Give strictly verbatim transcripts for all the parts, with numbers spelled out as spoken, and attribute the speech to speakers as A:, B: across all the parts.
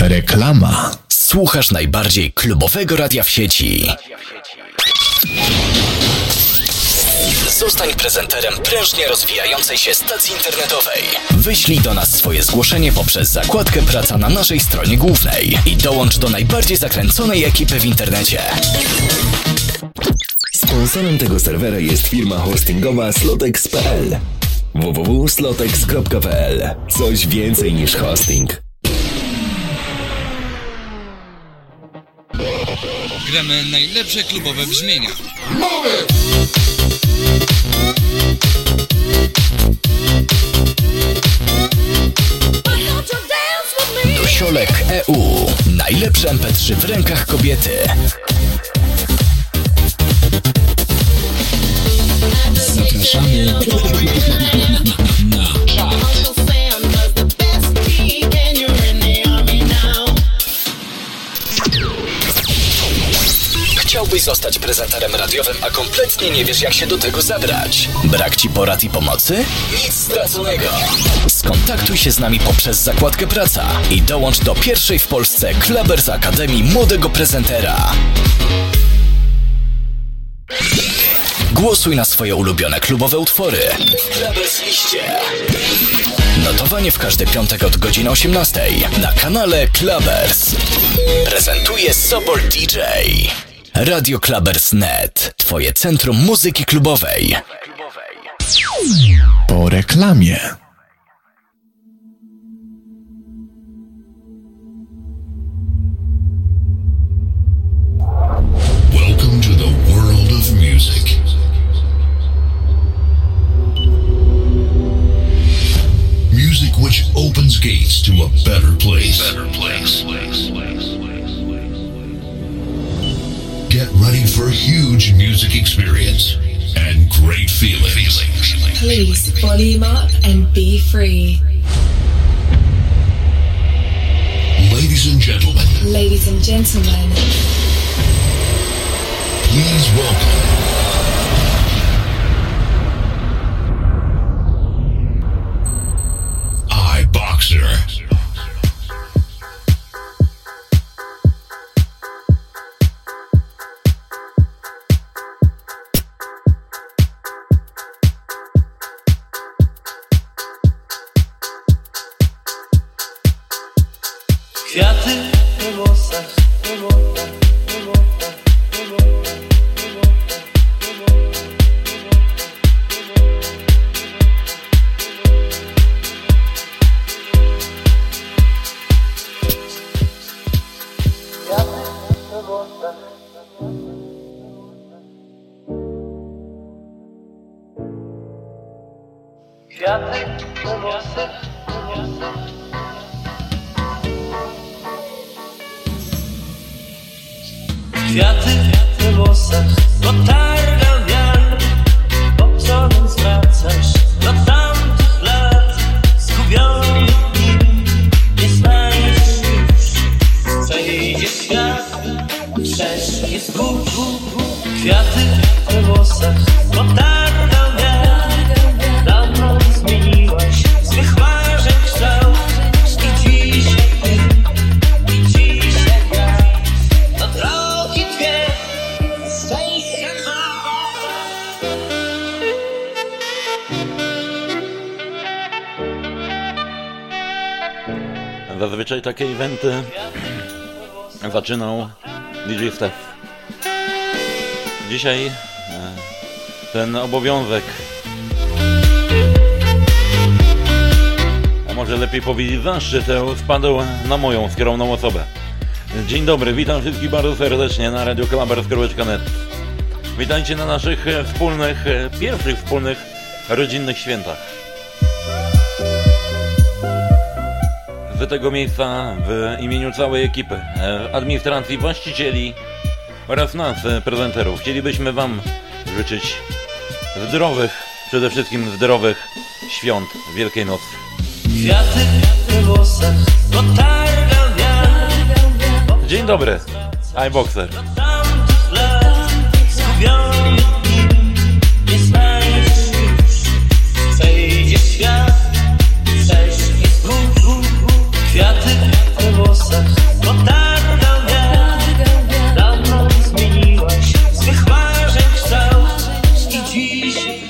A: Reklama.
B: Słuchasz najbardziej klubowego radia w sieci. Zostań prezenterem prężnie rozwijającej się stacji internetowej. Wyślij do nas swoje zgłoszenie poprzez zakładkę Praca na naszej stronie głównej i dołącz do najbardziej zakręconej ekipy w internecie.
C: Sponsorem tego serwera jest firma hostingowa slotex kropka p l. w w w kropka slotex kropka p l. Coś więcej niż hosting.
D: Gramy najlepsze klubowe brzmienia.
B: Dosiolek E U. Najlepsze em pe trzy w rękach kobiety.
A: Zapraszamy na czat.
B: Chciałbyś zostać prezenterem radiowym, a kompletnie nie wiesz, jak się do tego zabrać? Brak ci porad i pomocy? Nic straconego! Skontaktuj się z nami poprzez zakładkę Praca i dołącz do pierwszej w Polsce Clubbers Akademii Młodego Prezentera. Głosuj na swoje ulubione klubowe utwory w Clubbers liście. Notowanie w każdy piątek od godziny osiemnastej na kanale Clubbers. Prezentuje Sobol D J. Radio Clubbers kropka net. Twoje centrum muzyki klubowej.
A: Po reklamie.
E: Welcome to the world of music. Music which opens gates to a better place. Better place. Get ready for a huge music experience and great feelings.
F: Please volume up and be free.
E: Ladies and gentlemen.
F: Ladies and gentlemen.
E: Please welcome iBoxer.
G: Kwiaty we włosach, we włosach, we włosach, we włosach, we włosach. Kwiaty we włosach, we włosach. Kwiaty we włosach potargał wiatr. Poprzodem zwracasz do tamtych lat. Zgubiony w nim nie znajdziesz już. Przejdzie świat, przesznie z gór. Kwiaty we włosach potargał wiatr. Dawno zmieniłaś swych marzeń kształt. I dzisiaj ty, i dzisiaj ja. Na drogi dwie szczęścia
H: ma. Zazwyczaj takie eventy zaczynał D J Stef. Dzisiaj ten obowiązek, a może lepiej powiedzieć zaszczyt, spadł na moją skromną osobę. Dzień dobry, witam wszystkich bardzo serdecznie na Radio Clubbers kropka net. Witajcie na naszych wspólnych, pierwszych wspólnych rodzinnych świętach. Z tego miejsca w imieniu całej ekipy, administracji, właścicieli oraz nas, prezenterów, chcielibyśmy Wam życzyć zdrowych, przede wszystkim zdrowych świąt Wielkiej Nocy.
G: Kwiaty we włosach potargał wiatr.
H: Dzień dobry, iBoxer.
G: Zgubiony w nim nie znajdziesz już. Przejdzie świat, prześnie z gór. Kwiaty we włosach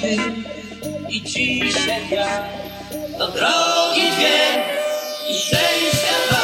G: ty i dzisiaj ja. Do drogi dwie i szczęścia dwa.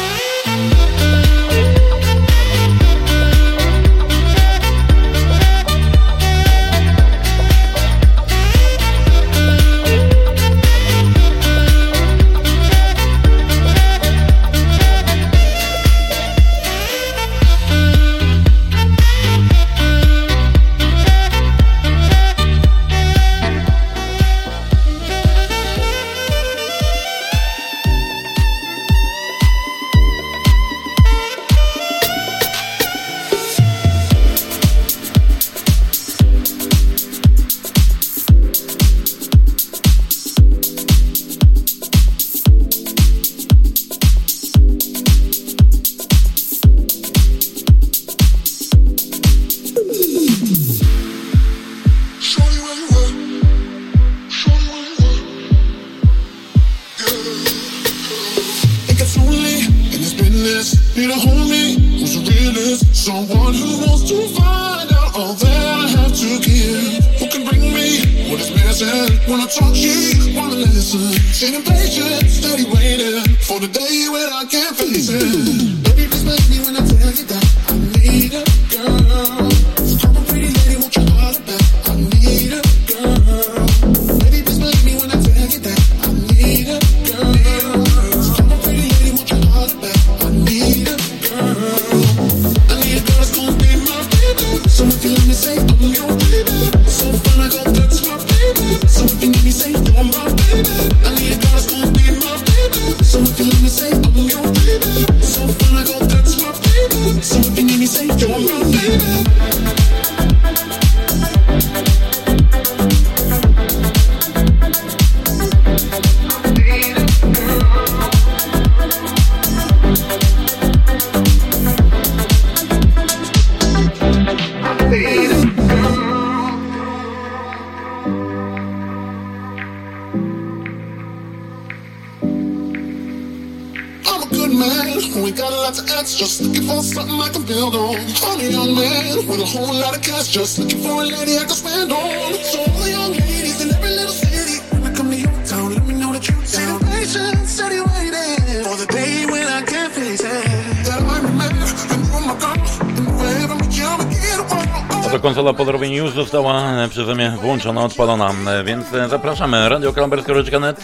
I: Just looking for a lady I can spend on. So all the young ladies in every little city, when I come to your town, let me know that you're down. Patient, steady waiting for the day when I can't face it. That I remember when you were my girl, and wherever we can, we get along.
H: Oto konsola pozdrowień już została przeze mnie włączona, odpalona, więc zapraszamy radio klamberska kropka net.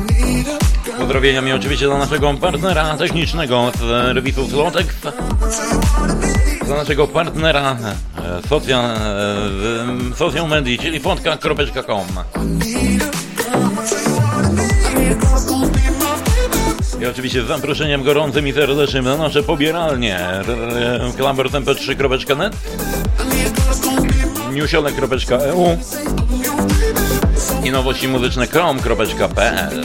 H: Pozdrowieniami oczywiście dla naszego partnera technicznego z serwisu Slotex, dla naszego partnera Social, social media, czyli fotka kropka com. I oczywiście z zaproszeniem gorącym i serdecznym na nasze pobieralnie klamberz em pe trzy kropka net, newsiole kropka e u i nowości muzyczne krom kropka pe el.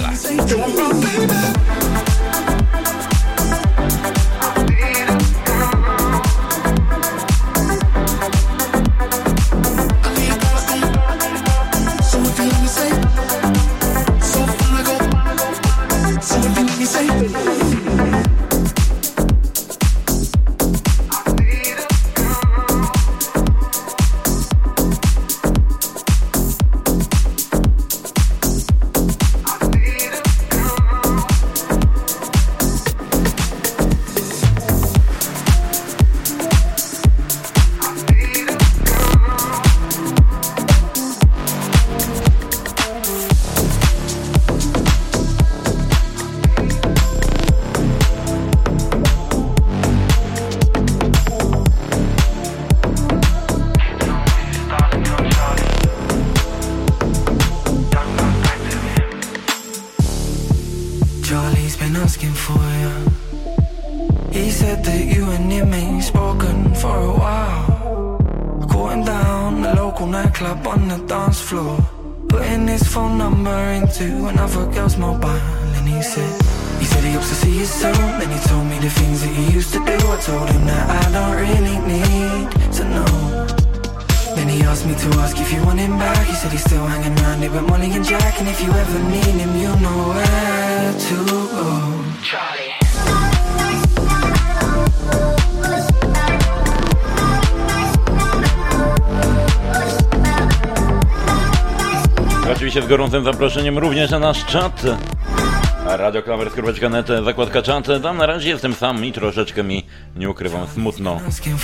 H: Oczywiście z gorącym zaproszeniem również na nasz czat. radio klawers kropka net, zakładka czat. Tam na razie jestem sam i troszeczkę mi, nie ukrywam, smutno.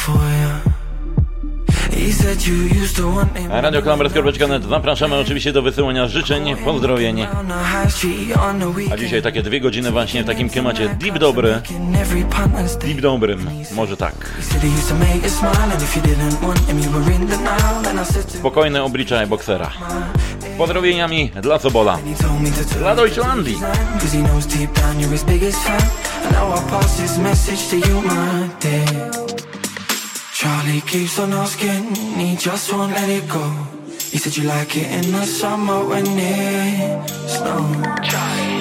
H: radio klawers kropka net. Zapraszamy oczywiście do wysyłania życzeń, pozdrowień. A dzisiaj takie dwie godziny właśnie w takim klimacie deep dobry. Deep dobrym, może tak. Spokojne oblicze boksera. Pozdrowieniami dla Sobola, dla Deutschlandii.
J: Charlie keeps on asking, he just won't let it go. He said you like it in the summer when it snows. Charlie.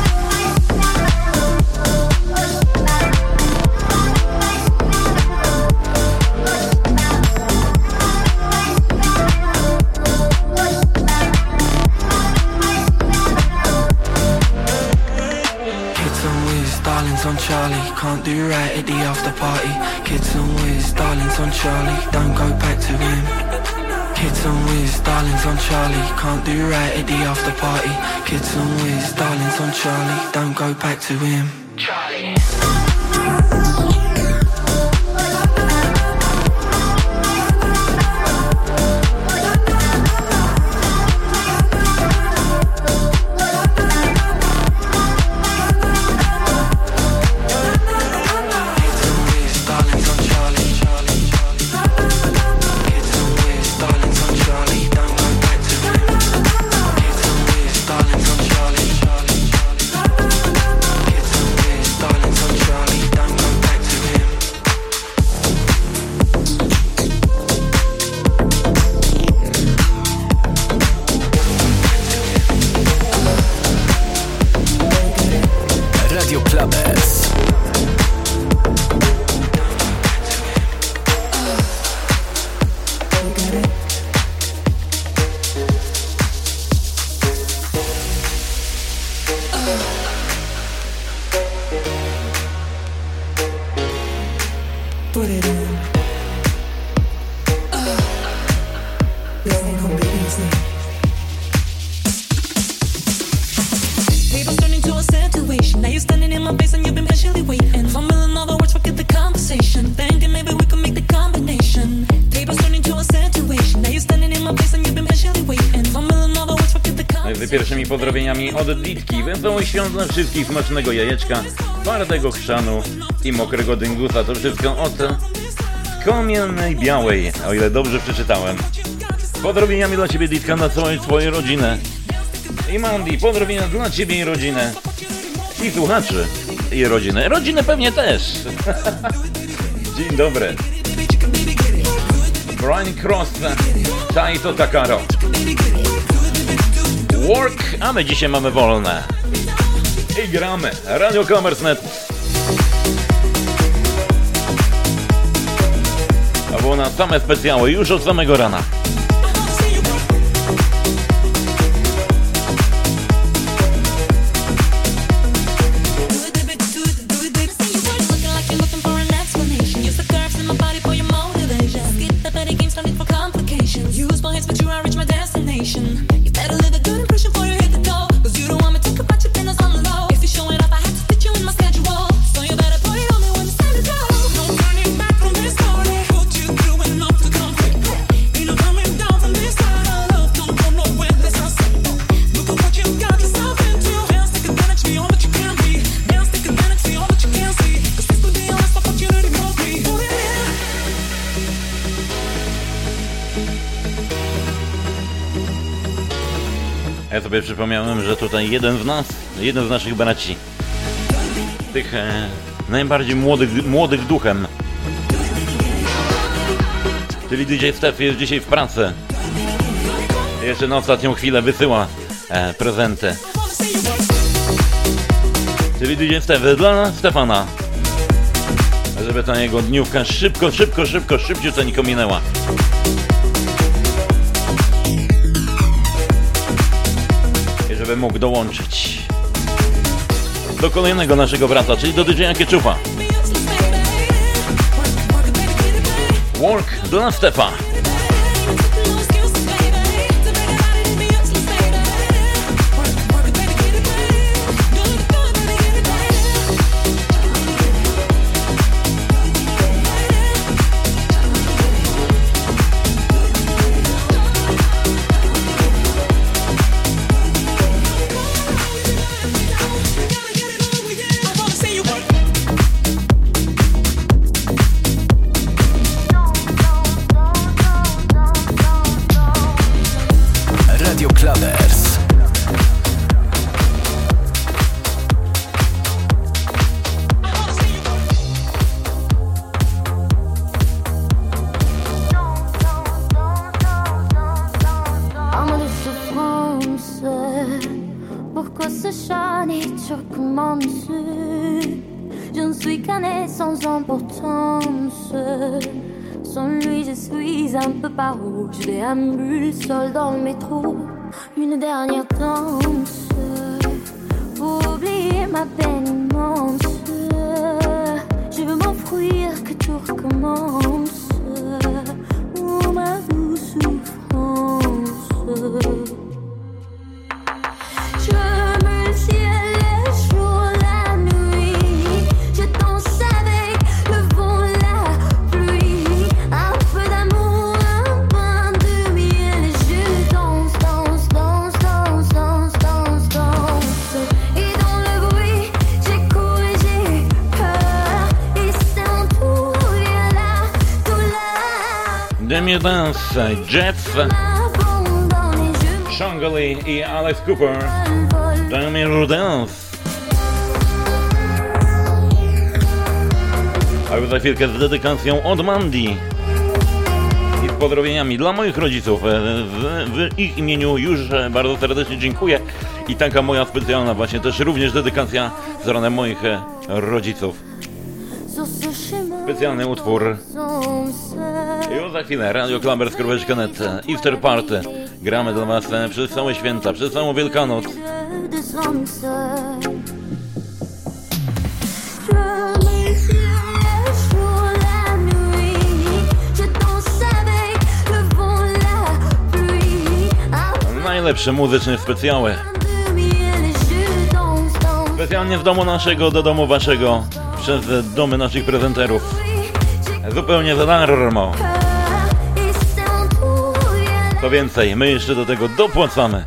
J: On Charlie, can't do right at the after party. Kids on whiz, darlings on Charlie, don't go back to him. Kids on whiz, darlings on Charlie, can't do right at the after party. Kids on whiz, darlings on Charlie, don't go back to him. Charlie.
H: Pierwszymi pozdrowieniami od Ditki. Wesołych świąt dla wszystkich, smacznego jajeczka, twardego chrzanu i mokrego dyngusa. To wszystko od Komiennej Białej, o ile dobrze przeczytałem. Pozdrowieniami dla Ciebie, Ditka, na całą Twoją rodzinę. I Mandy, pozdrowienia dla Ciebie i rodzinę. I słuchaczy i rodzinę. Rodzinę pewnie też. Dzień dobry. Brian Cross, Taito Takaro. Work, a my dzisiaj mamy wolne. I gramy. Radio Klawers kropka net. A było na same specjały już od samego rana. Ja sobie przypomniałem, że tutaj jeden z nas, jeden z naszych braci, tych e, najbardziej młodych, młodych duchem, czyli D J Stef, jest dzisiaj w pracy. Jeszcze na ostatnią chwilę wysyła e, prezenty. Czyli D J Stef dla Stefana, żeby ta jego dniówka szybko, szybko, szybko, szybciuteńko minęła. Żeby mógł dołączyć do kolejnego naszego brata, czyli do D J Kieczufa. Work dla Stefa.
B: Radio Clubbers.
K: Pourquoi s'acharner sur commence? Je ne suis qu'un être sans importance. Sans lui je suis un peu paro. Je déambule seul dans le métro. Une dernière danse pour oublier ma peine immense. Je veux m'enfuir que tout recommence. Oh ma douce souffrance. Je me le ciel, le jour, la nuit. Je danse avec le vent, la pluie. Un peu d'amour, un pain de miel. Je danse, danse, danse, danse, danse, danse, danse. Et dans le bruit, j'ai couru, j'ai peur. Et c'est en tout, il y a la douleur.
H: Demi Dance, Jeff, Shangoli i Alex Cooper. Demi Dance. A już za chwilkę z dedykacją od Mandy i z pozdrowieniami dla moich rodziców. W, w ich imieniu już bardzo serdecznie dziękuję. I taka moja specjalna właśnie też również dedykacja z strony moich rodziców. Specjalny utwór. Już za chwilę Radio Clubbers kropka net Easter Party. Gramy dla was przez całe święta, przez całą Wielkanoc. Najlepsze muzyczne specjały. Specjalnie z domu naszego do domu waszego, przez domy naszych prezenterów. Zupełnie za darmo. Co więcej, my jeszcze do tego dopłacamy.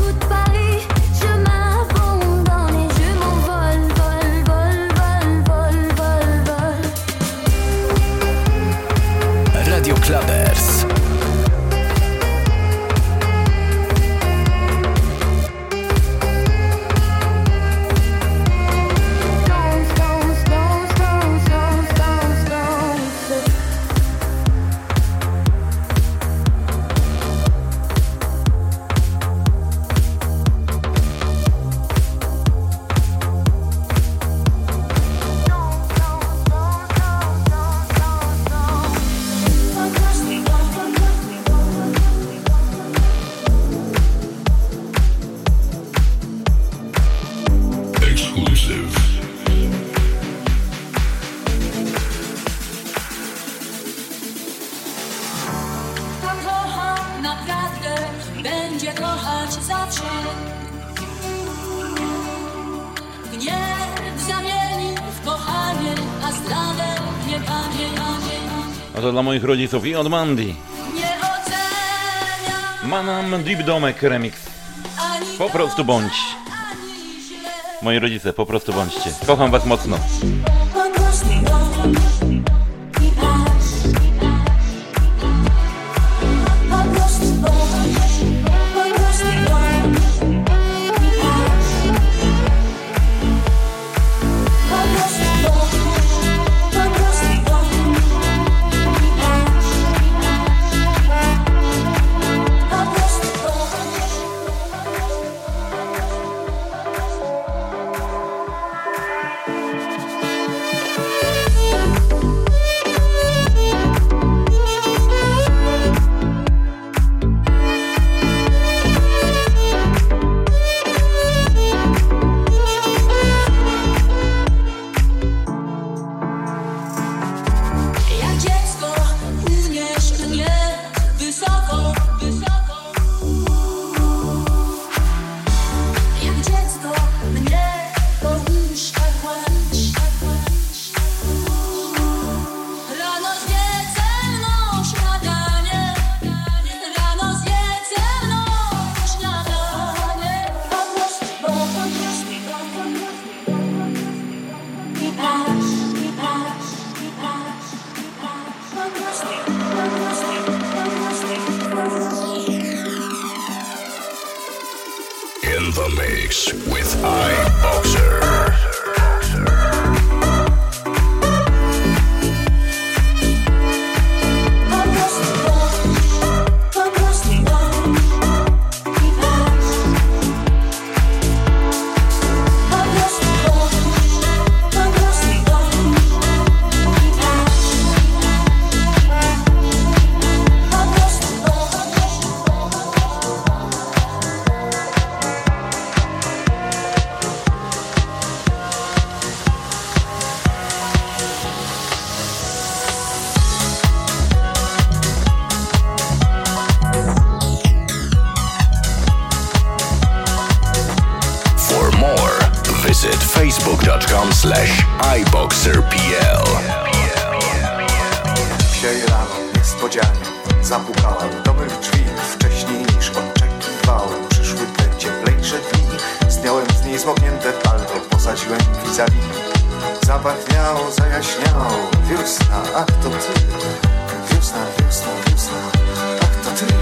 B: Radio Clubbers.
H: To dla moich rodziców i od Mandy. Manam Deep Domek Remix. Po prostu bądź. Moi rodzice, po prostu bądźcie. Kocham was mocno.
E: In the mix with iBoxer.
C: facebook.com slash iBoxerPL.
L: Dzisiaj rano niespodzianie zapukałem do mych drzwi. Wcześniej niż oczekiwałem przyszły te cieplejsze dni. Zdjąłem z niej zmoknięte palto, posadziłem vis-a-vis. Zapachniało, zajaśniało, wiosna, ach to ty. Wiosna, wiosna, wiosna, ach to ty.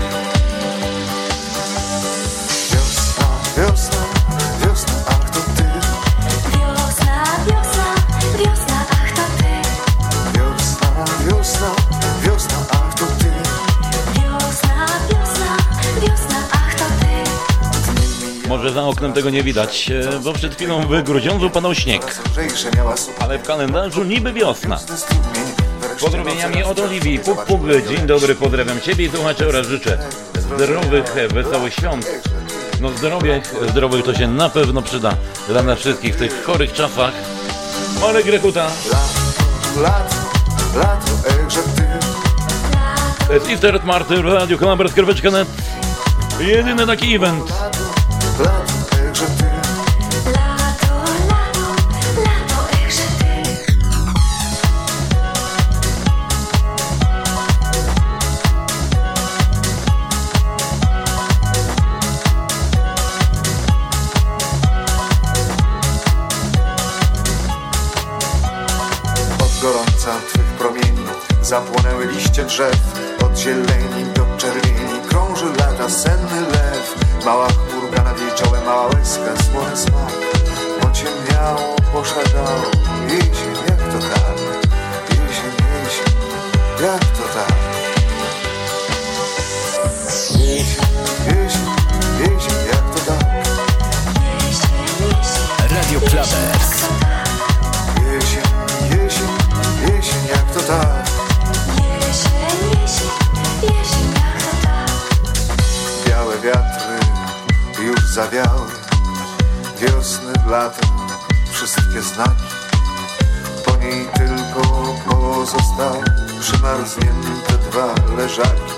L: Wiosna, wiosna, wiosna, ach to ty.
K: Wiosna, wiosna, wiosna, ach to ty.
L: Wiosna, wiosna, wiosna, ach to ty.
K: Wiosna, wiosna, wiosna, ach to ty.
H: Może za oknem tego nie widać, e, bo przed chwilą w Grudziądzu padał śnieg. Ale w kalendarzu niby wiosna. Pozdrowieniami od Oliwii. Puk, puk, dzień dobry, pozdrawiam Ciebie i słuchaczy oraz życzę zdrowych, wesołych świąt. No zdrowych, zdrowych to się na pewno przyda dla nas wszystkich w tych chorych czasach. Marek Grekuta.
L: Lato, lato, echże ty.
H: To jest Easter at Marty, Radio Klamber, skarbeczka net. Jedyny taki event.
L: Lato, echże ty.
K: Lato, lato, lato, echże ty.
L: Od gorąca twych promieni zapłonęły liście drzew. Od zieleni do czerwieni krąży lata senny lew. Mała chmurka nad jej czołem, mała łezka, słony smak. Pociemniało, poszagało, jesień, jak to tak? Jesień, jesień, jak to tak? Jesień, jesień, jesień, jak to tak?
B: Radio Klamers.
L: Jesień, jesień, jesień, jak to tak?
K: Jesień, jesień, jesień, jak to tak.
L: Białe wiatry już zawiały, wiosny, lata, wszystkie znaki. Po niej tylko pozostały przymarznięte dwa leżaki.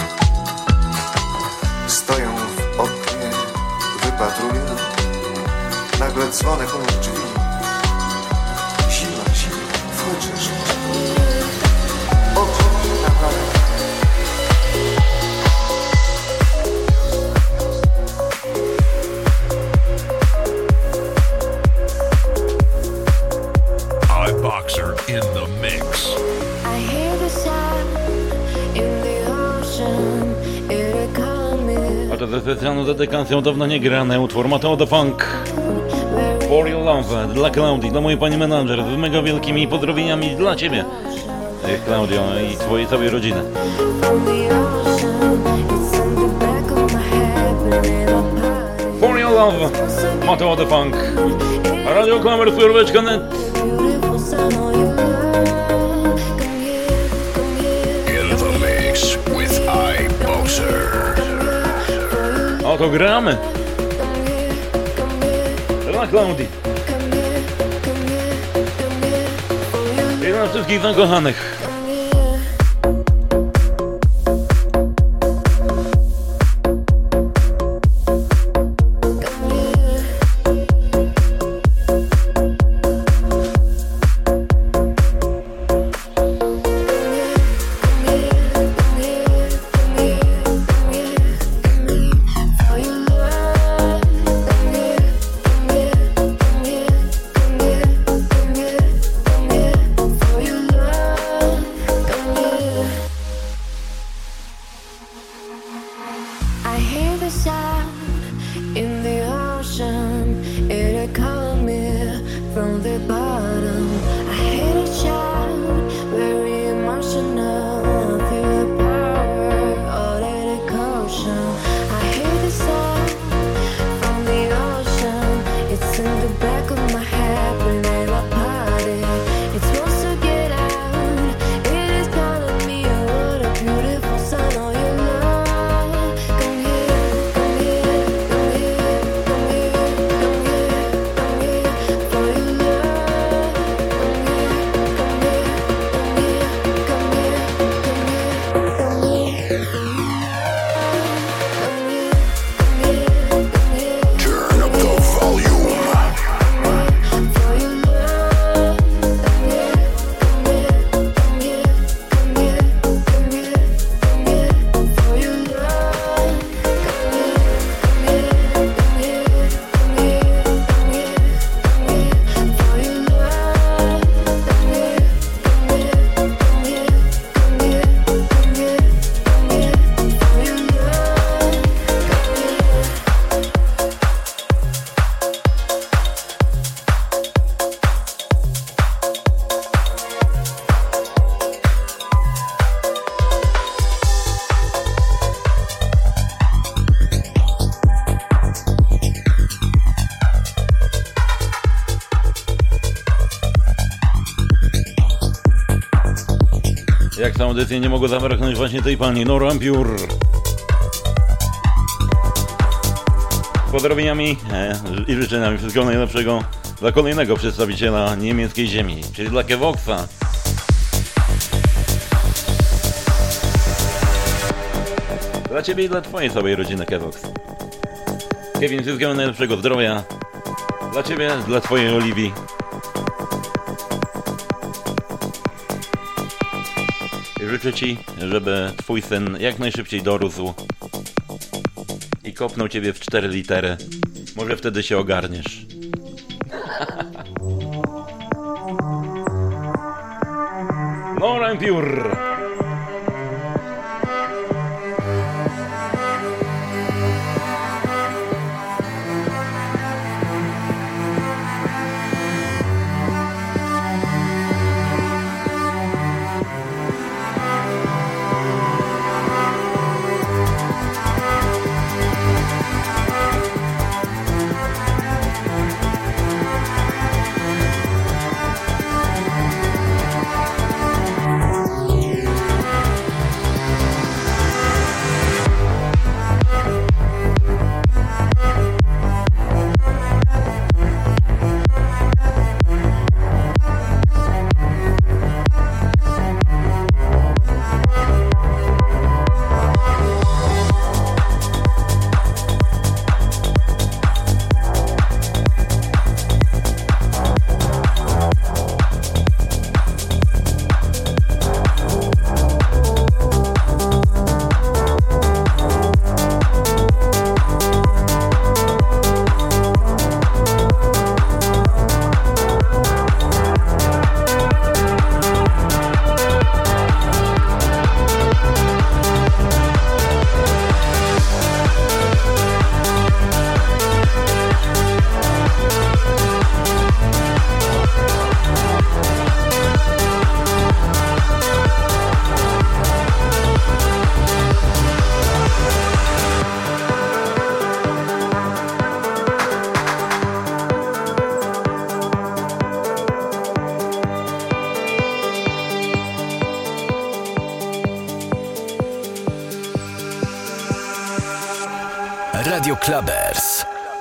L: Stoję w oknie, wypatruję, nagle dzwonek u drzwi. Zima, zima, wchodzisz. Okno na parę.
E: iBoxer in the mix.
K: I hear the sound in the ocean, it coming.
H: A to ze specjalną dedykacją dawno nie grany utwór Mateo the Funk. For Your Love dla Klaudii, dla mojej pani menadżer, z mega wielkimi pozdrowieniami dla Ciebie, Klaudio, i Twojej całej rodziny. For Your Love, Mateo the Funk, Radio Klamers, skarbeczka net.
E: In the mix with iBoxer.
H: Oto gramy dla Klaudii i dla wszystkich zakochanych.
K: For your love.
H: Jak tę audycję nie mogło zabraknąć właśnie tej pani No Rampiur. Z pozdrowieniami e, i życzeniami wszystkiego najlepszego dla kolejnego przedstawiciela niemieckiej ziemi, czyli dla Kevoxa. Dla ciebie i dla twojej całej rodziny, Kevox. Kevin, wszystkiego najlepszego zdrowia. Dla ciebie, dla twojej Oliwii. I życzę ci, żeby twój syn jak najszybciej dorósł i kopnął ciebie w cztery litery. Może wtedy się ogarniesz. No Rampiur.
B: Radio Clubbers.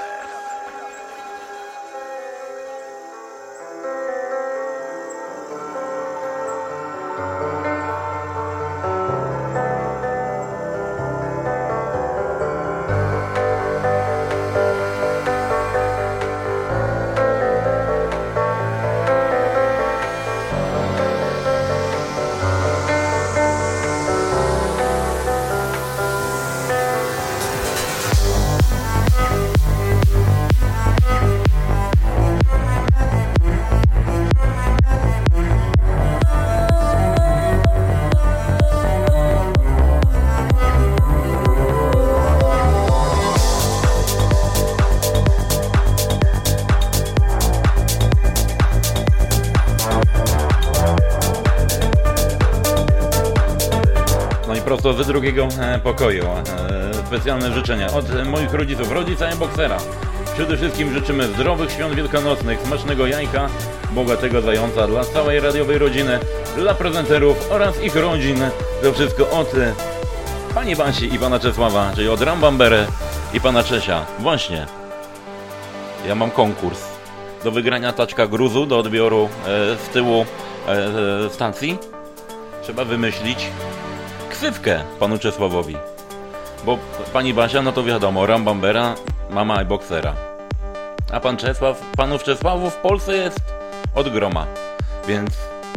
H: Prosto z drugiego pokoju. Specjalne życzenia od moich rodziców, rodzica i boksera. Przede wszystkim życzymy zdrowych świąt wielkanocnych, smacznego jajka, bogatego zająca dla całej radiowej rodziny, dla prezenterów oraz ich rodzin. To wszystko od pani Basi i pana Czesława, czyli od Rambambery i pana Czesia. Właśnie. Ja mam konkurs do wygrania taczka gruzu do odbioru z tyłu stacji. Trzeba wymyślić ksywkę panu Czesławowi, bo pani Basia, no to wiadomo, Rambambera, mama i boksera, a pan Czesław, panów Czesławów w Polsce jest od groma, więc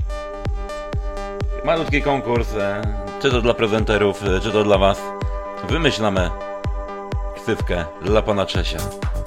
H: malutki konkurs, czy to dla prezenterów, czy to dla was, wymyślamy ksywkę dla pana Czesia.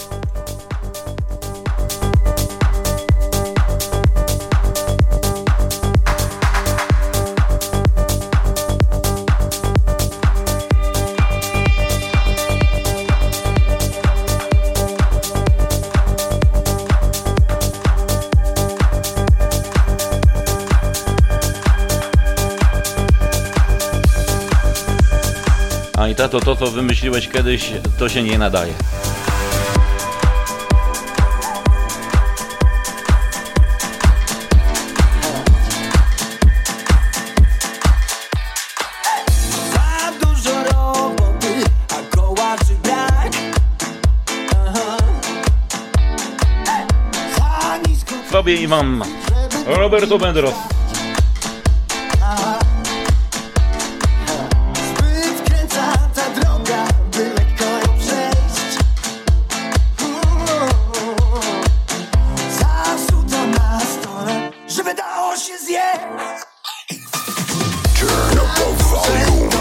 H: A i tato, to co wymyśliłeś kiedyś, to się nie nadaje. Tobie i Wam, Roberto Bedros.
I: Zbyt kręca ta droga, by lekko ją przejść. Zasuto na stole, żeby dało się zjeść. Turn up the volume.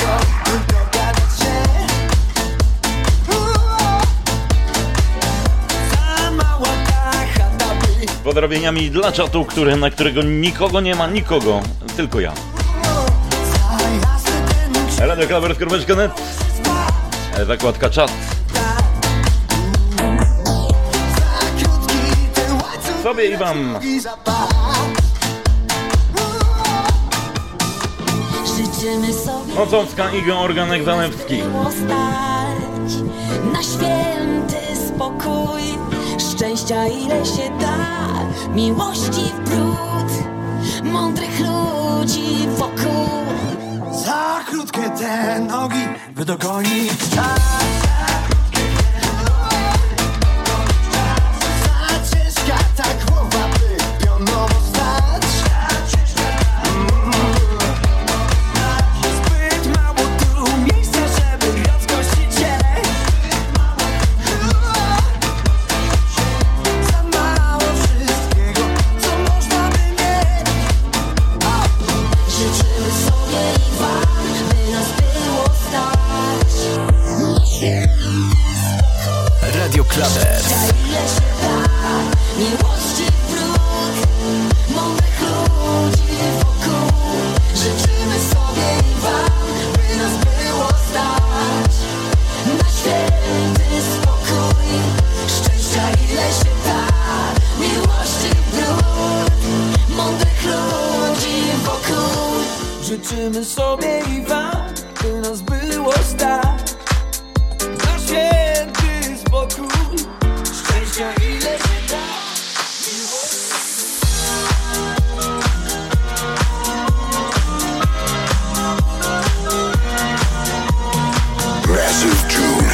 H: Pozdrowieniami dla czatu, który, na którego nikogo nie ma, nikogo, tylko ja. radio klabers kropka net, zakładka czat. Sobie i Wam. Ocącka, Igo, Organek, Zalewski.
M: Na święty spokój, szczęścia ile się da, miłości w brud, mądrych ludzi wokół.
I: Za krótkie te nogi, by dogonić czas. Za ciężka ta głowa, by pionowo stać. Zbyt mało tu miejsca, żeby rozgościć się. Za mało wszystkiego, co można by mieć.
M: Życzymy sobie i Wam, by nas było stać.
B: Radio Klabers.
M: Ile się da, miłości w brud, mądrych ludzi wokół. Życzymy sobie i Wam, by nas było stać. Na święty spokój, szczęścia ile się da, miłości w brud, mądrych ludzi wokół.
I: Życzymy sobie i Wam, by nas było stać. Na święty spokój, szczęścia ile się da.
E: Massive June.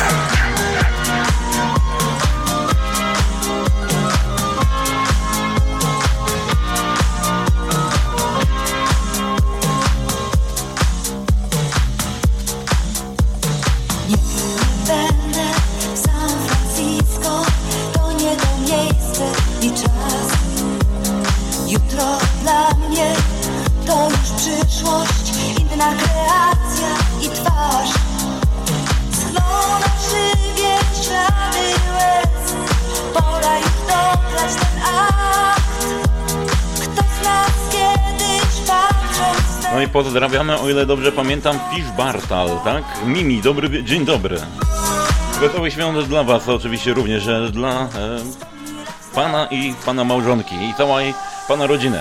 M: Nie będę w San Francisco, to nie to miejsce i czas. Jutro dla mnie to już przyszłość, inna kreacja i twarz. Schną na szybie ślady łez, pora już dograć ten akt. Kto z nas kiedyś patrząc
H: No i pozdrawiamy, o ile dobrze pamiętam, Fish Bartal, tak? Mimi, dobry, dzień dobry. Gotowy świąt dla Was, oczywiście również e, dla e, Pana i Pana małżonki i całej Pana rodziny.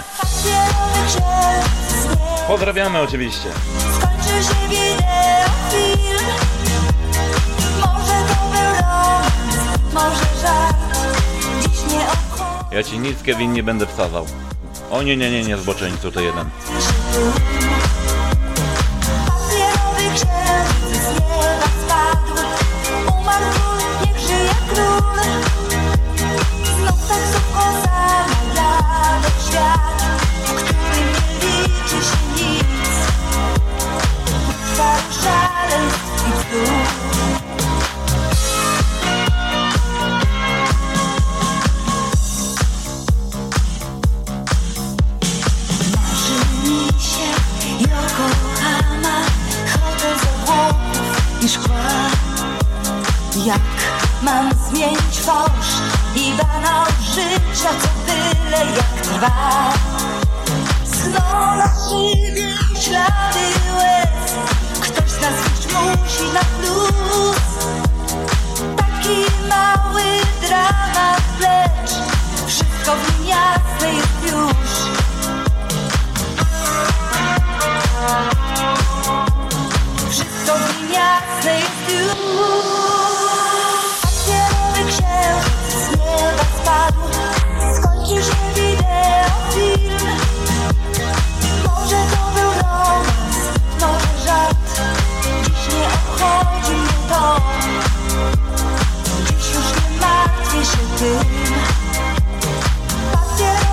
H: Pozdrawiamy oczywiście.
M: skończy się wideofilm. Może to był romans, może żart. Dziś nie obchodzi
H: Ja Ci nic, Kevin, nie będę wsadzał. O nie, nie, nie, nie, zboczeńcu to jeden.
M: papierowy księżyc z nieba spadł. Umarł król, niech żyje król. Znów taksówką zamawiamy w świat, w którym nie liczy się nic. Trwa szaleństw i bzdur. Marzy mi się Yokohama, hotel z obłoków i szkła. Jak mam zmienić fałsz i banał życia, co tyle jak trwa. Schną na szybie ślady łez, ktoś z nas iść musi na plus. Taki mały dramat, lecz wszystko w nim jasne jest już. Wszystko w nim jasne jest już. Papierowy księżyc z nieba spadł, skończy się wideofilm. Może to był romans, może żart. Dziś nie obchodzi mnie to, dziś już nie martwię się tym. Papier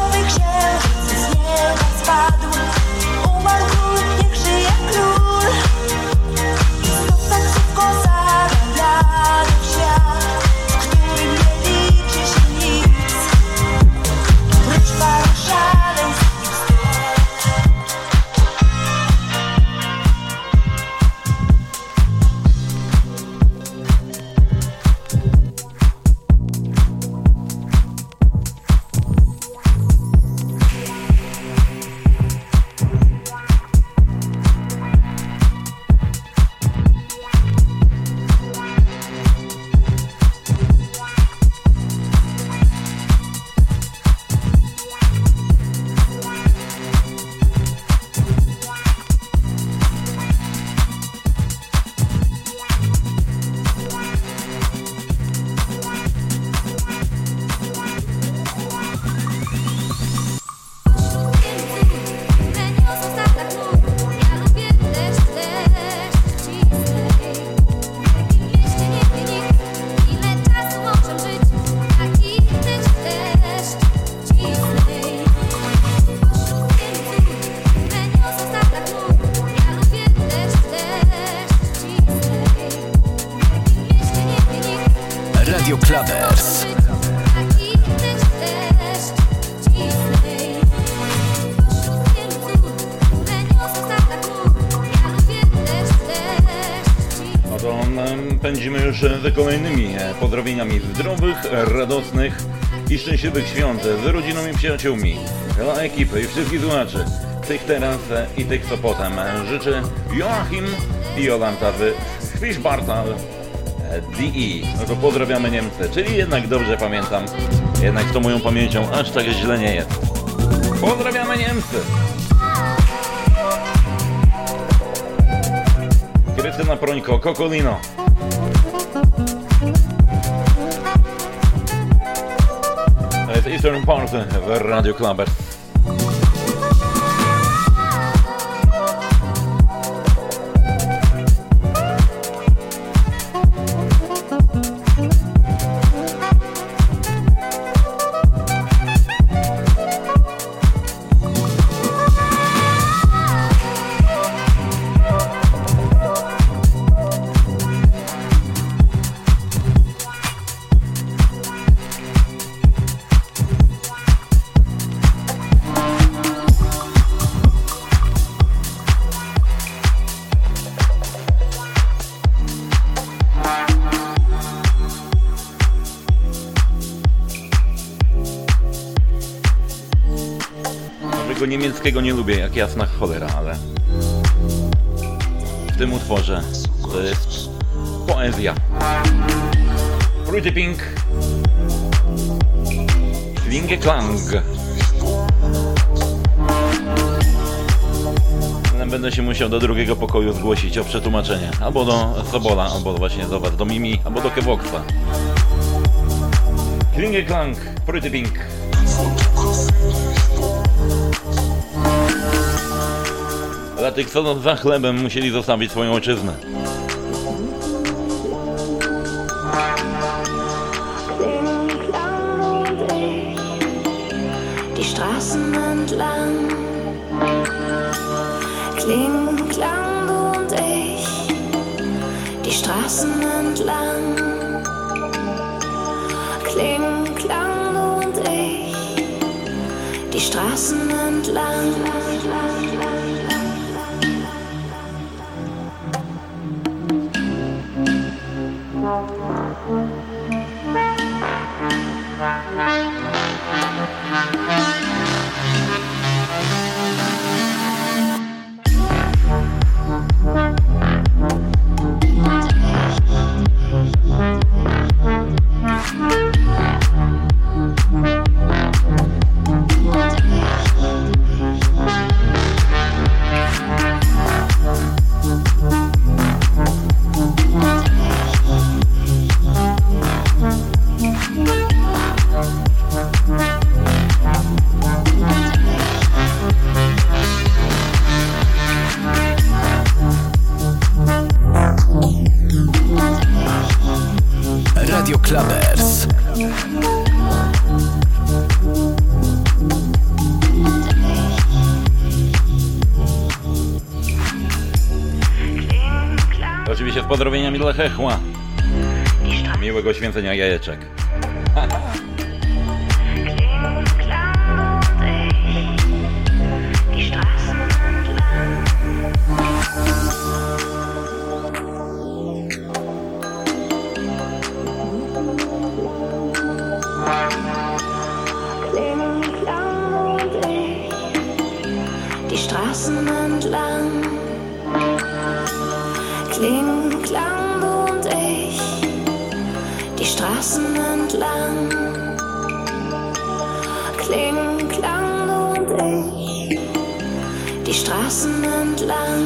B: Radio Clubbers.
H: No to um, pędzimy już za kolejnymi pozdrowieniami zdrowych, radosnych i szczęśliwych świąt z rodziną i przyjaciółmi. Dla ekipy i wszystkich słuchaczy, tych teraz i tych co potem. Życzę Joachim i Jolanta w Fischbartal D E. No to pozdrawiamy Niemcy, czyli jednak dobrze pamiętam. Jednak z tą moją pamięcią aż tak źle nie jest. Pozdrawiamy Niemcy! Krystyna Prońko, Kokolino. To jest Eastern Party w Radio Clubbers. Niemieckiego nie lubię, jak jasna cholera, ale w tym utworze to jest poezja. Pretty Pink, Klinge Klang. Będę się musiał do drugiego pokoju zgłosić o przetłumaczenie. Albo do Sobola, albo właśnie do was, do Mimi, albo do Kevoxa. Klinge Klang, Pretty Pink. Dla tych, co za chlebem musieli zostawić swoją ojczyznę.
K: Die Straßen entlang, Kling, Klang, du und ich. Die Straßen entlang, Kling, Klang, du und ich. Die Straßen entlang.
B: Radio Clubbers.
H: Oczywiście z pozdrowieniami dla Hechła. Miłego święcenia jajeczek.
K: Die Straßen entlang, Kling, Klang, du und ich. Die Straßen entlang, Kling, Klang, du und ich. Die Straßen entlang.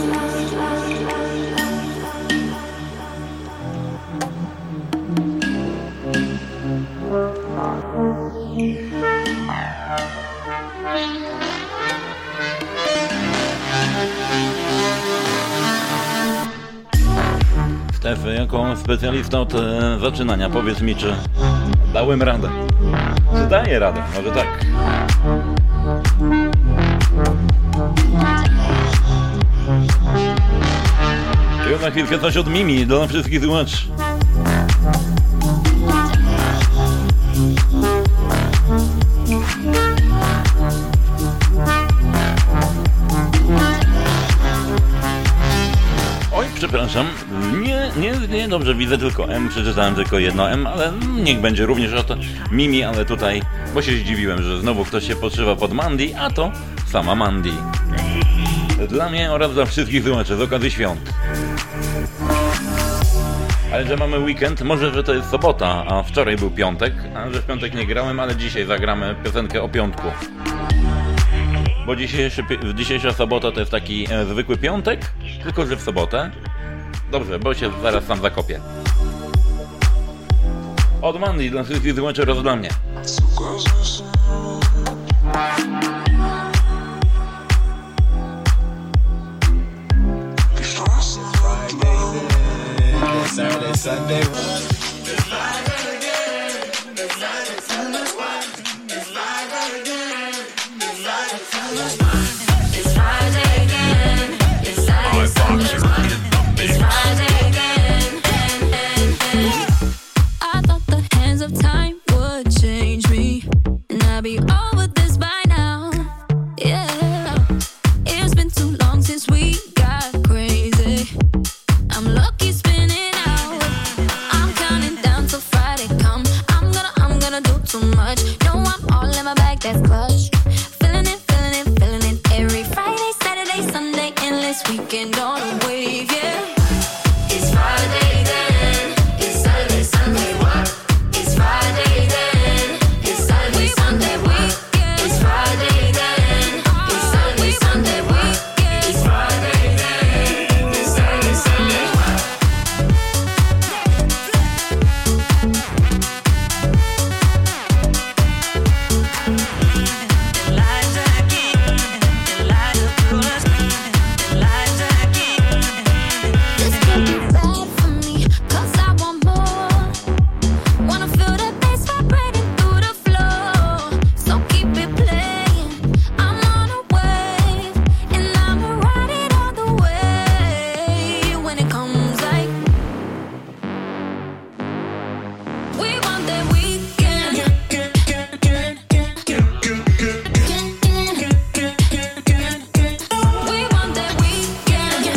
H: Stef, jako specjalista od e, zaczynania, powiedz mi, czy dałem radę? Czy daję radę? Może tak. I na chwilkę coś od Mimi dla wszystkich słuchaczy. Nie, dobrze, widzę tylko M, przeczytałem tylko jedno M, ale niech będzie również o to Mimi, ale tutaj, bo się zdziwiłem, że znowu ktoś się podszywa pod Mandy, a to sama Mandy. Dla mnie oraz dla wszystkich słuchaczy z okazji świąt. Ale że mamy weekend, może, że to jest sobota, a wczoraj był piątek, a że w piątek nie grałem, ale dzisiaj zagramy piosenkę o piątku. Bo dzisiejszy, dzisiejsza sobota to jest taki e, zwykły piątek, tylko że w sobotę. Dobrze, bo się zaraz sam zakopię. Od Mandy dla wszystkich słuchaczy oraz dla mnie.
N: Saturday, Sunday.
K: I thought the hands of time would change me, and I'd be over this by now. Yeah, it's been too long since we got crazy. I'm lucky spinning out. I'm counting down till Friday come. I'm gonna, I'm gonna do too much. No, I'm all in my bag, that's clutch. Feeling it, feeling it, feeling it. Every Friday, Saturday, Sunday, endless weekend on a wave, yeah. It's Friday then. It's Saturday, Sunday, what? It's Friday then. It's Saturday, Sunday, weekend. It's Friday then. It's Saturday, Sunday, weekend. It's Friday then. It's Saturday, Sunday, what? This could be bad for me, 'cause I want more. Wanna feel the bass vibrating through the floor. So keep it playing. I'm on a wave, and I'ma ride it all the way. When it comes like we want that weekend. We want that weekend.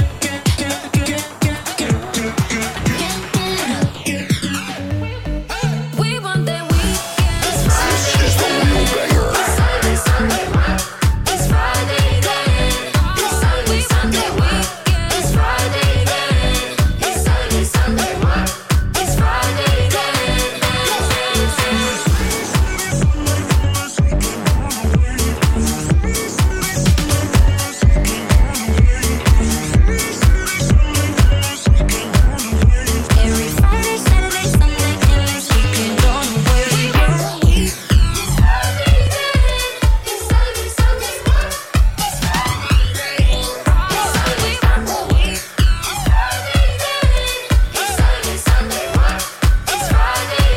K: We want that weekend. It's Friday. It's Saturday, Sunday, what? It's Friday then. It's Saturday, Sunday, weekend. It's Friday then. It's Saturday, Sunday, what? It's Friday then. Every Friday, Saturday, Sunday, endless weekend on the way. It's Friday then. It's Saturday, Sunday, what? It's Friday then. It's Saturday, Sunday, weekend. It's Friday then. It's Saturday, Sunday, what? It's Friday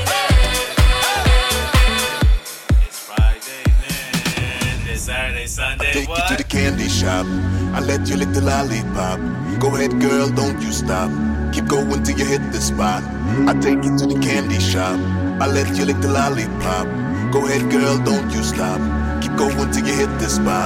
K: then.
O: It's Saturday, Sunday,
L: Take you to the candy shop. I let you lick the lollipop. Go ahead, girl, don't you stop. Keep going till you hit the spot. I take you to the candy shop. I let you lick the lollipop. Go ahead, girl, don't you stop. Keep going till you hit the spot.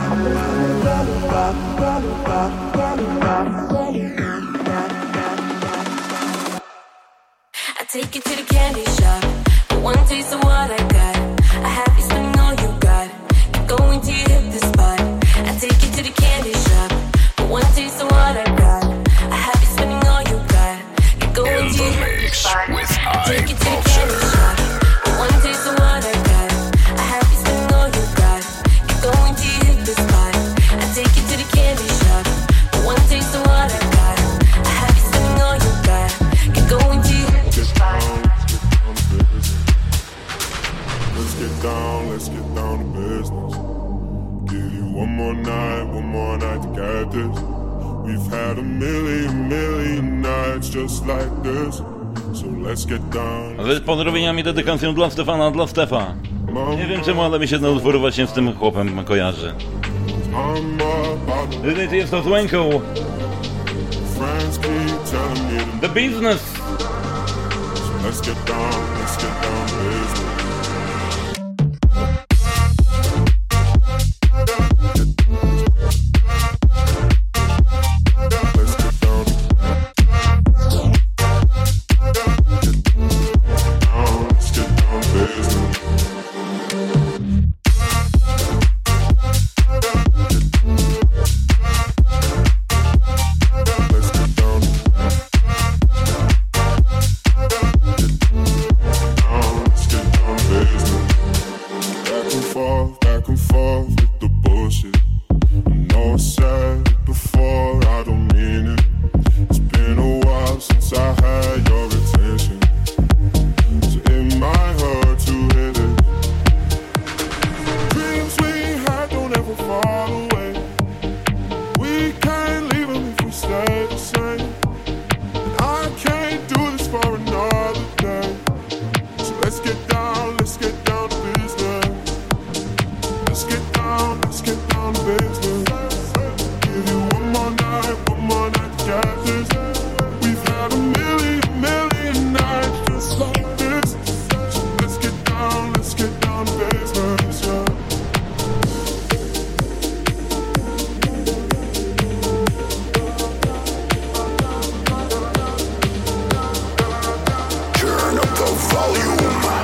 M: I take you to the candy shop. For one taste of what I got. I have you spending all you got. Keep going till you hit the spot. I take you to the candy shop. For one taste of what I got. I have you spending all you got. Keep going till you hit the spot. I take you to the candy shop. For one taste of what I got. I have you spending all you got. Keep going till you hit the spot. I take you to the candy shop. For one taste of what I got. I have you spending all you got. Keep going till you hit the spot.
P: Let's get down, let's get down to business. Give you one more night, one more night to get this. We've had a million, million nights just like this. So let's get down.
H: Z pozdrowieniami, dedykacją dla Stefana, dla Stefa. Nie wiem czemu, ale mi się ten utwór właśnie z tym chłopem kojarzy. Ty jest to z Łęką. The Business.
P: Let's get down, let's get down to business. Let's get down, let's get down to business. Let's get down, let's get down to business. Give you one more night, one more night to get this. We've had a million, million nights just like this. So let's get down, let's get down to business, yeah.
I: Turn up the volume.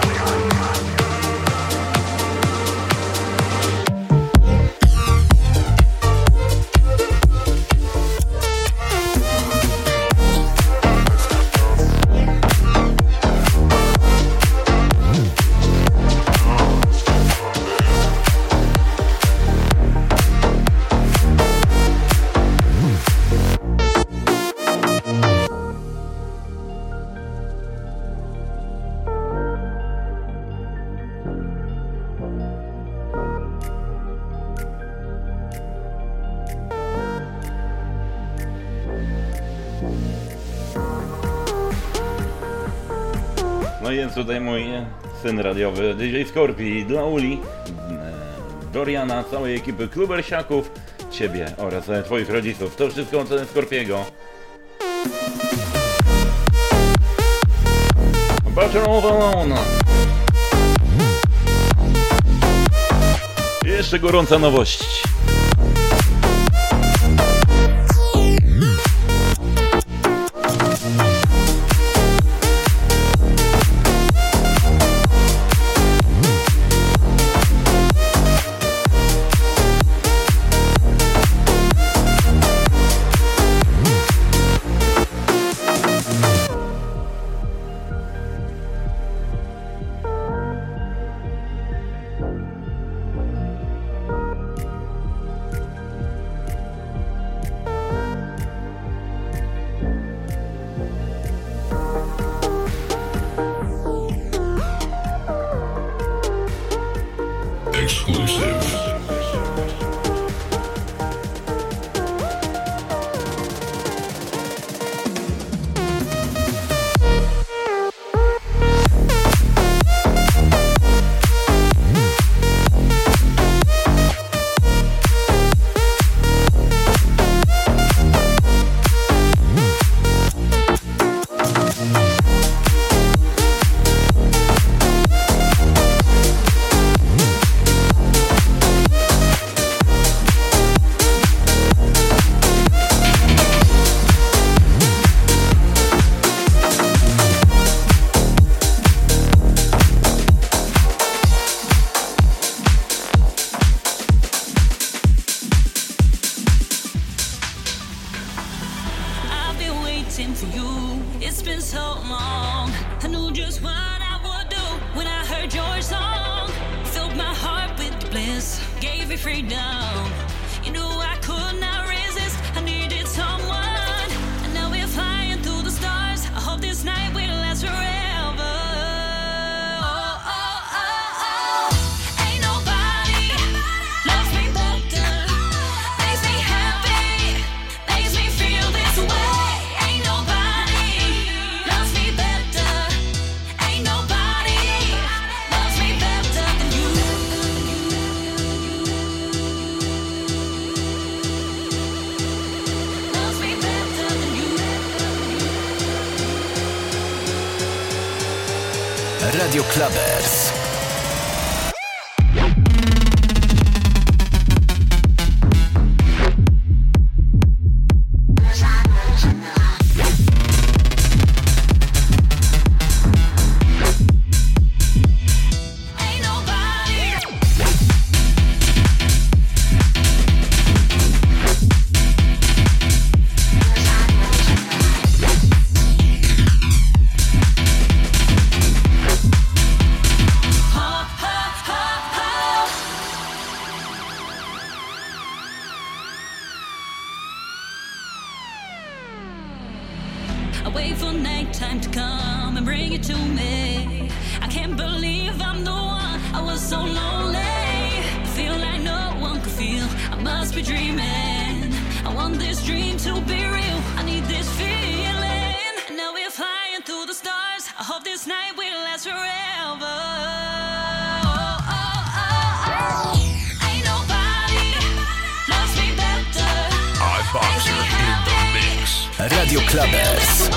H: No jest tutaj mój syn radiowy D J Scorpi dla Uli, Doriana, całej ekipy klubersiaków, ciebie oraz twoich rodziców. To wszystko od Scorpiego. Bachelor of Alone. Jeszcze gorąca nowość.
B: Radio Clubbers.
N: Through the stars, I hope this night will last forever.
B: Radio Clubbers.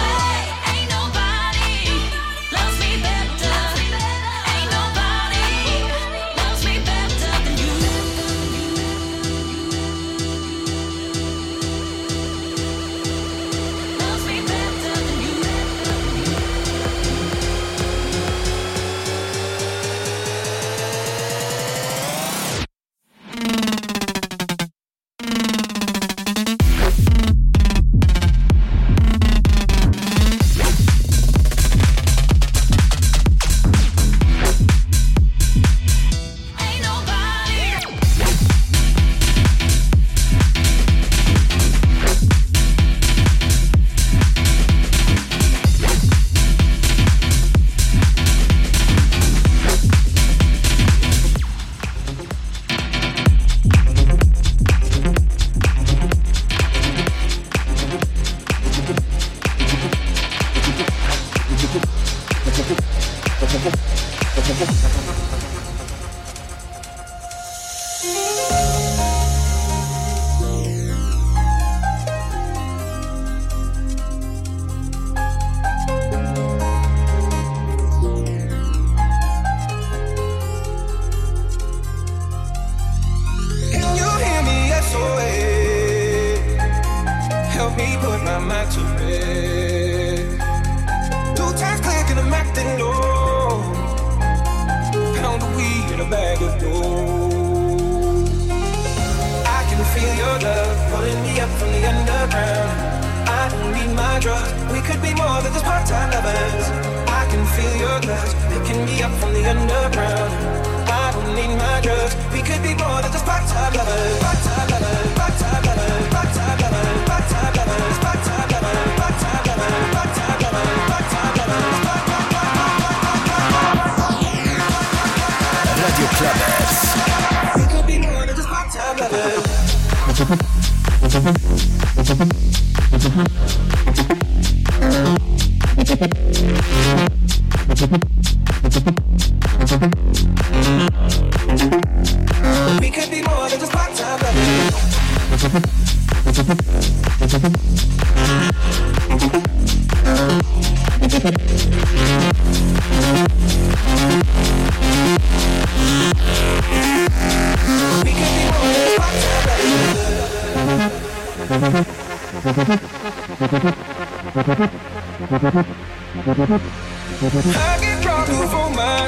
N: I get drunk before my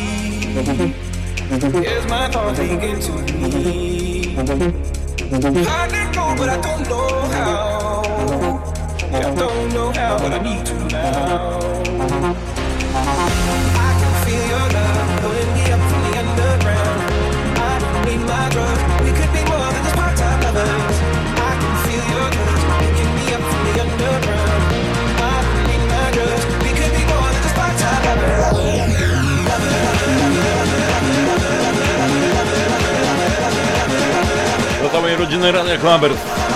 N: sleep. Here's my thoughts begin to me. I let go, but I don't know how. Yeah, I don't know how, but I need to now. I can feel your love pulling me up from the underground. I don't need my drugs. We could be more than just part-time lovers. I can feel your touch picking me up from the underground. I don't need my drugs. We could be more than just part-time lovers.
H: Do całej rodziny Radia Clubbers.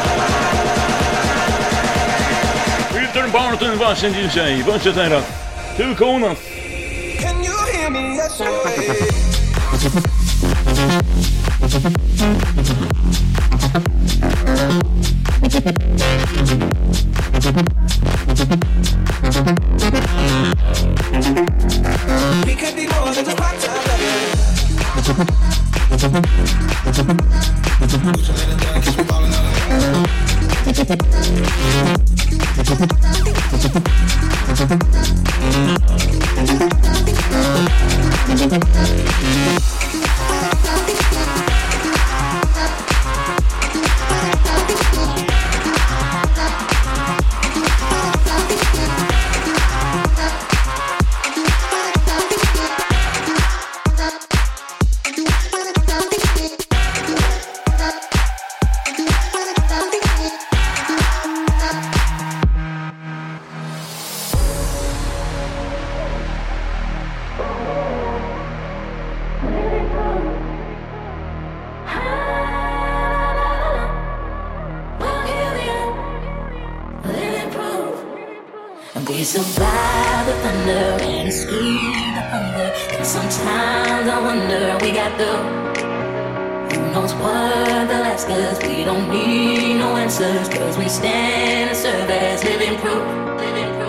H: Peter Barton właśnie dzisiaj, bądźcie teraz, tylko u nas.
N: Can you hear me? Yes, we could be more than just part-time lovers.
K: We survive the thunder and escape the hunger. And sometimes I wonder we got the, oh
M: most part, the last, cause we don't need no answers, cause we stand and serve as living proof, living proof.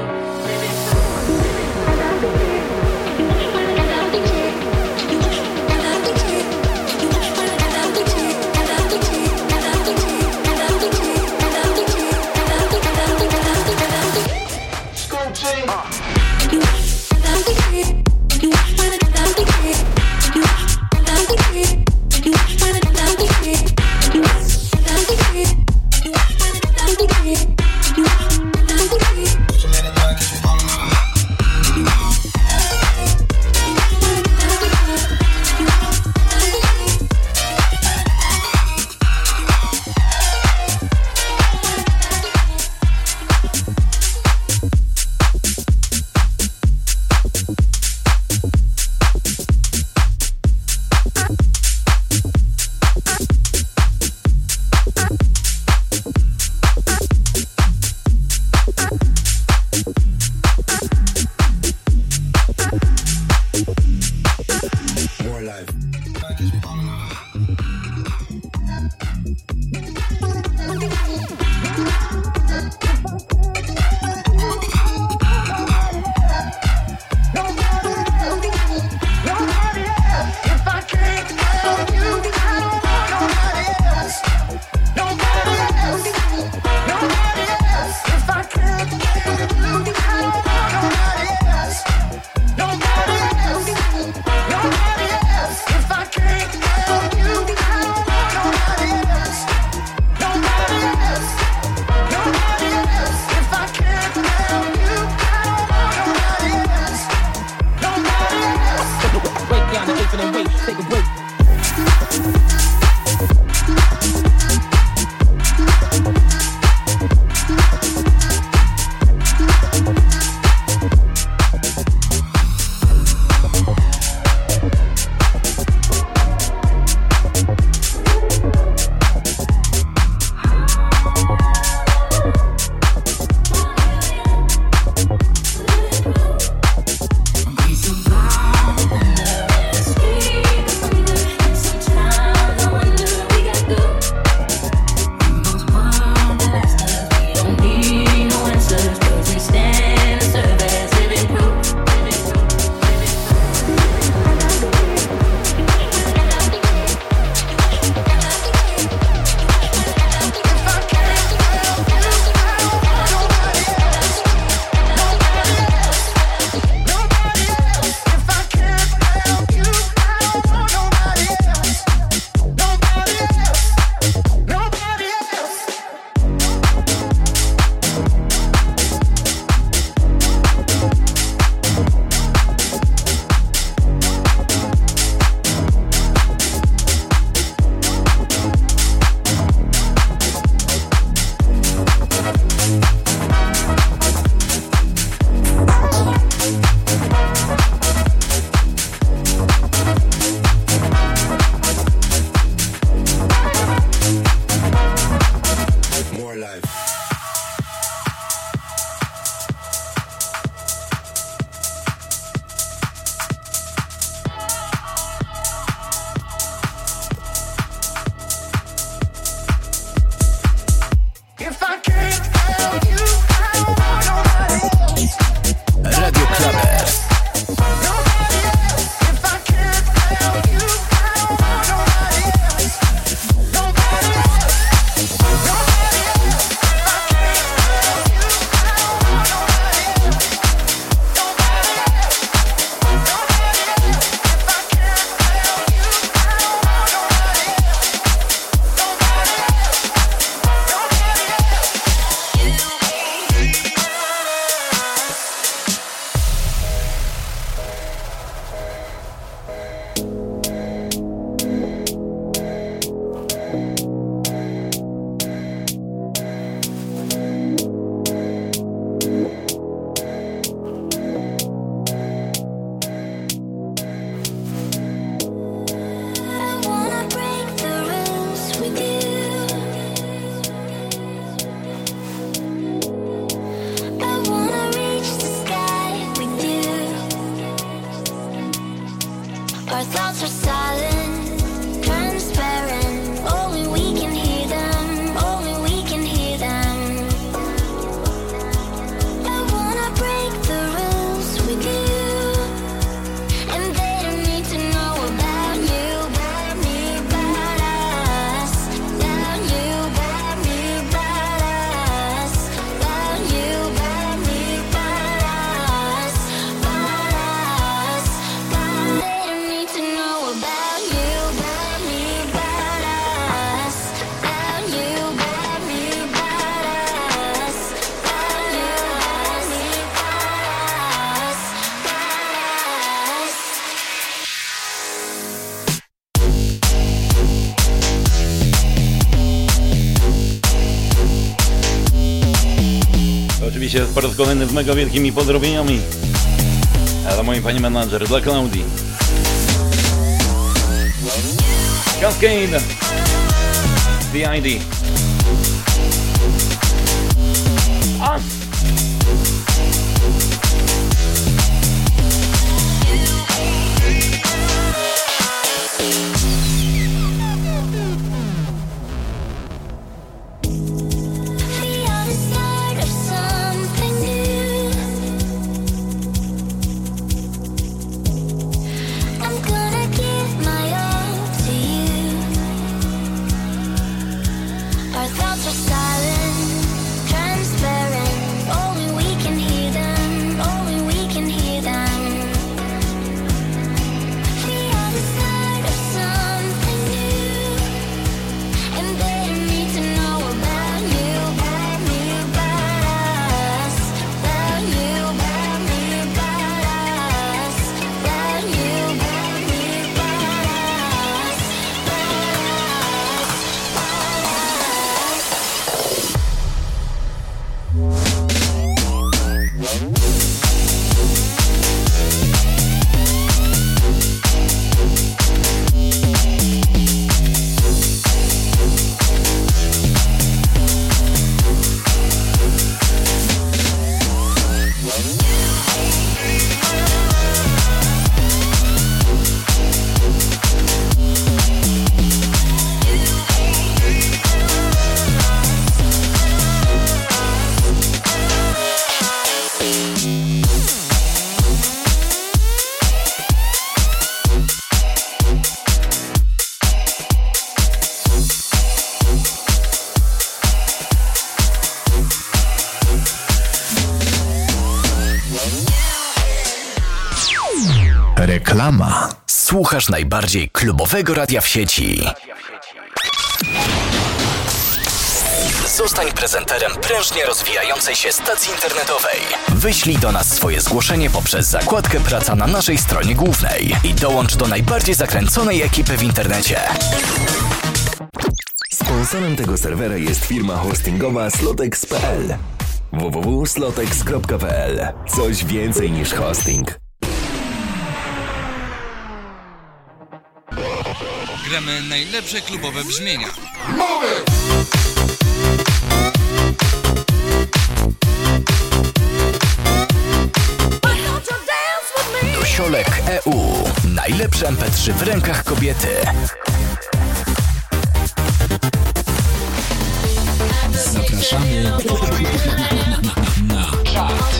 K: Our thoughts are silent, transparent.
H: oczywiście po raz kolejny z mega wielkimi pozdrowieniami dla mojej pani menadżer, dla Klaudii. Cascade D I D Us.
A: Reklama.
B: Słuchasz najbardziej klubowego radia w sieci. Zostań prezenterem prężnie rozwijającej się stacji internetowej. Wyślij do nas swoje zgłoszenie poprzez zakładkę Praca na naszej stronie głównej i dołącz do najbardziej zakręconej ekipy w internecie.
C: Sponsorem tego serwera jest firma hostingowa slotex kropka p l. w w w kropka slotex kropka p l. Coś więcej niż hosting.
D: Gramy najlepsze klubowe brzmienia.
B: Dosiolek E U. Najlepsze em pe trzy w rękach kobiety.
A: Zapraszamy na czat.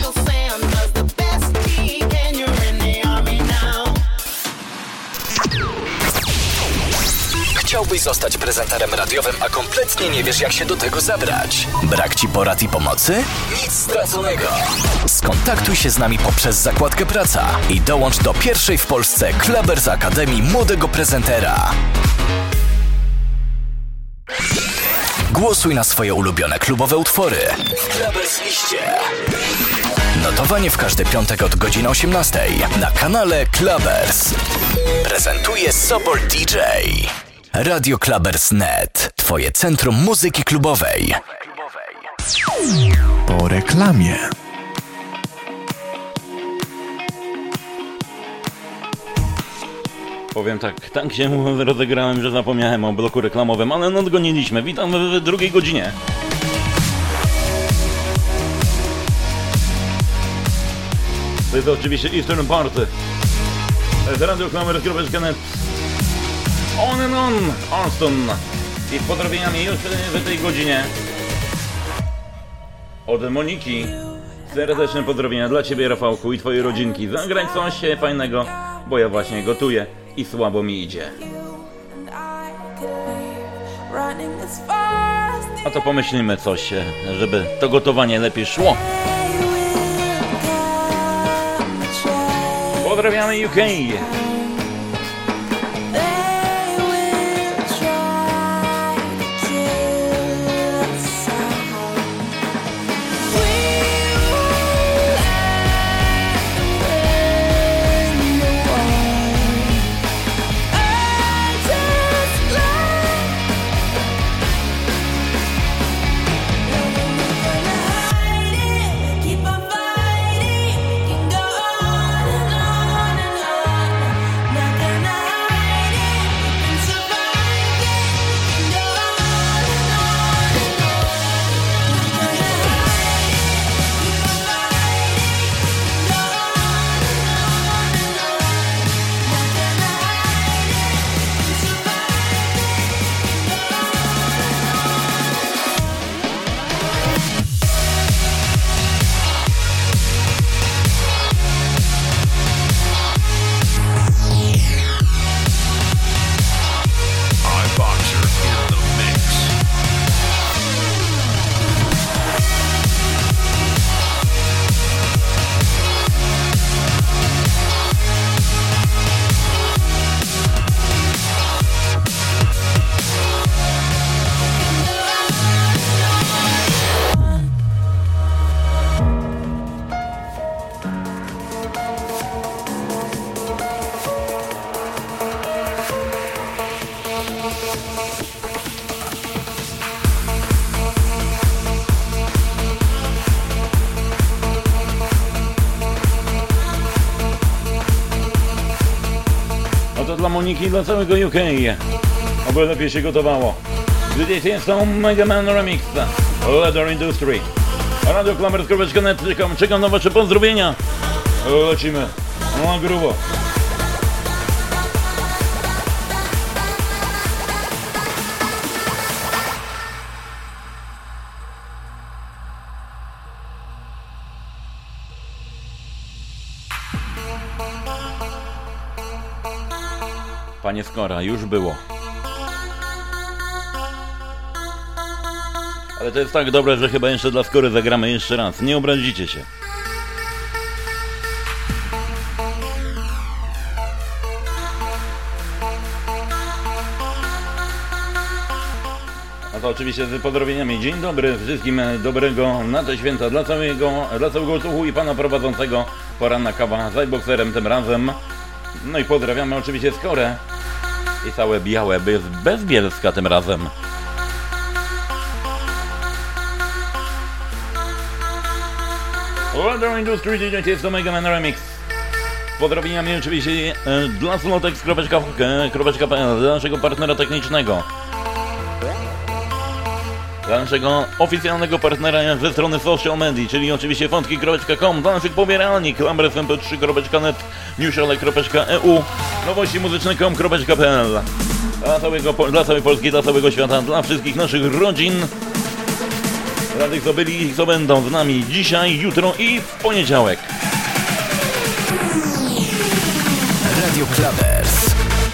B: Chciałbyś zostać prezenterem radiowym, a kompletnie nie wiesz, jak się do tego zabrać? Brak ci porad i pomocy? Nic straconego! Skontaktuj się z nami poprzez zakładkę Praca i dołącz do pierwszej w Polsce Clubbers Akademii Młodego Prezentera. Głosuj na swoje ulubione klubowe utwory w Clubbers liście. Notowanie w każdy piątek od godziny osiemnastej na kanale Clubbers. Prezentuje Sobol D J. Radio Clubbers kropka net. Twoje centrum muzyki klubowej.
A: Po reklamie.
H: Powiem tak, tak się rozegrałem, że zapomniałem o bloku reklamowym, ale nadgoniliśmy. Witam w drugiej godzinie. To jest oczywiście Eastern Party. To jest Radio Clubbers kropka net. On and on, Alston. I z pozdrowieniami już w tej godzinie od Moniki. Serdeczne pozdrowienia dla Ciebie, Rafałku, i Twojej rodzinki. Zagrać coś fajnego, bo ja właśnie gotuję i słabo mi idzie. A to pomyślimy coś, żeby to gotowanie lepiej szło. Pozdrawiamy U K.
M: Keep
H: to dla Moniki, dla całego U K. Oby lepiej się gotowało. Gdy jest to Mega Man Remix Leather Industry. Radio Klambers kropka net. Czekam, czekam na wasze pozdrowienia. Lecimy na grubo. Panie Skora, już było. Ale to jest tak dobre, że chyba jeszcze dla Skory zagramy jeszcze raz. Nie obrazicie się. A to oczywiście z pozdrowieniami. Dzień dobry wszystkim, dobrego na te święta dla całego, dla całego słuchu i pana prowadzącego. Poranna kawa z iBoxerem tym razem. No i pozdrawiamy oczywiście Skorę i całe białe, bez, bez Bielska tym razem. Leather Industry, jest to Mega Man Remix. Pozdrowieniami oczywiście e, dla slotex kropka p l, dla naszego partnera technicznego. Dla naszego oficjalnego partnera ze strony social media, czyli oczywiście fondki kropka com, dla naszych pobieralni klambers m p trzy kropka net, newshale kropka e u, nowości muzyczne kropka com kropka p l. Dla, całego, dla całej Polski, dla całego świata, dla wszystkich naszych rodzin, dla tych co byli i co będą z nami dzisiaj, jutro i w poniedziałek.
B: Radio Klambers.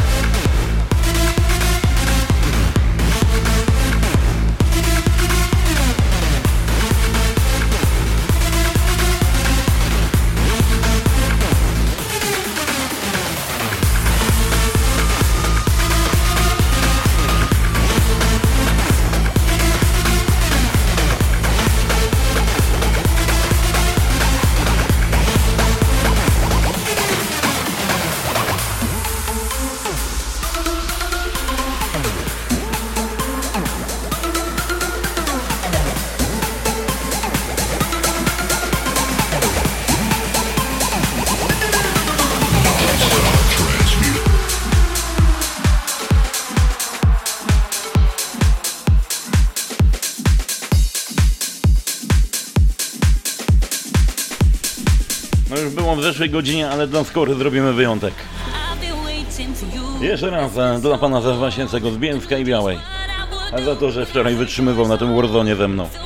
H: No już było w zeszłej godzinie, ale dla Skory zrobimy wyjątek. Jeszcze raz e, dla pana ze Wasięcego z Bielska i Białej. A za to, że wczoraj wytrzymywał na tym Warzone ze mną.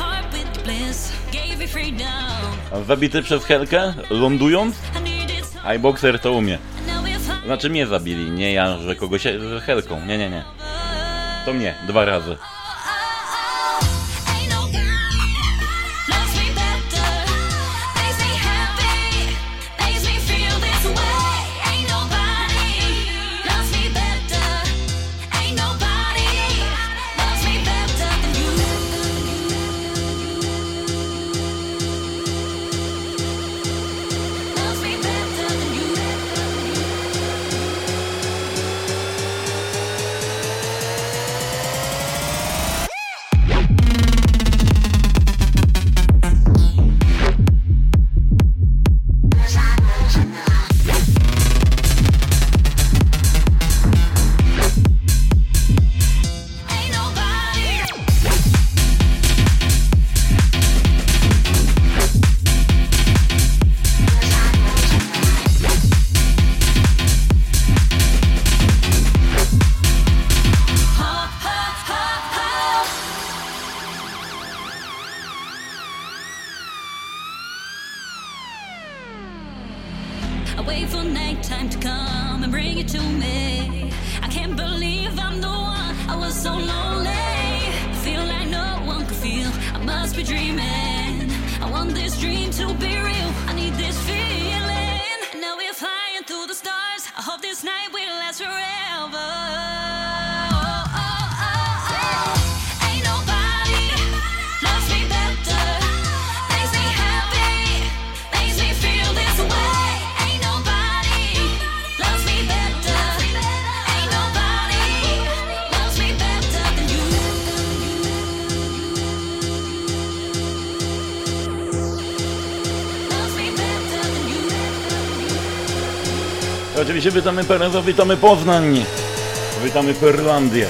H: A zabity przez Helkę, lądując? iBoxer to umie. Znaczy mnie zabili, nie ja, że kogoś że Helką. Nie, nie, nie. To mnie, dwa razy. Oczywiście witamy Pereza, witamy Poznań, witamy Perlandię.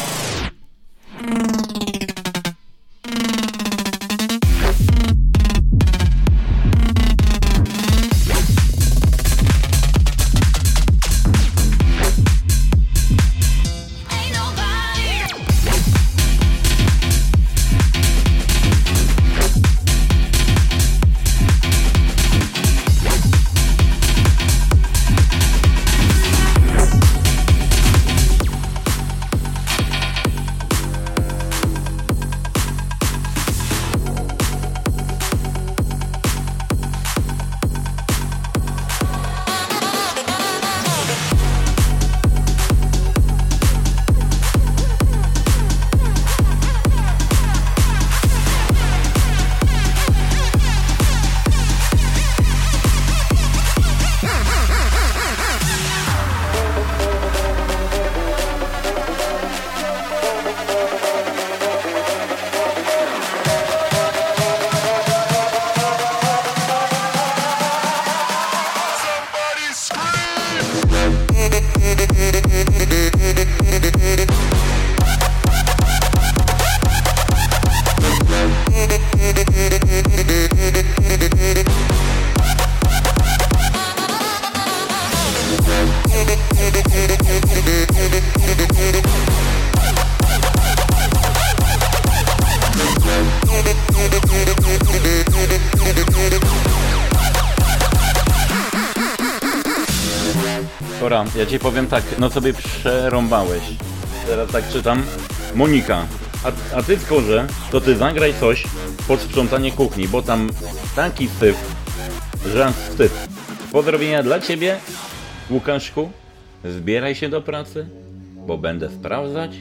H: Kora, ja ci powiem tak, no sobie przerąbałeś. Teraz tak czytam. Monika, a, a ty w Korze, to ty zagraj coś pod sprzątanie kuchni, bo tam taki syf, że aż wstyd. Pozdrowienia dla ciebie, Łukaszku. Zbieraj się do pracy, bo będę sprawdzać.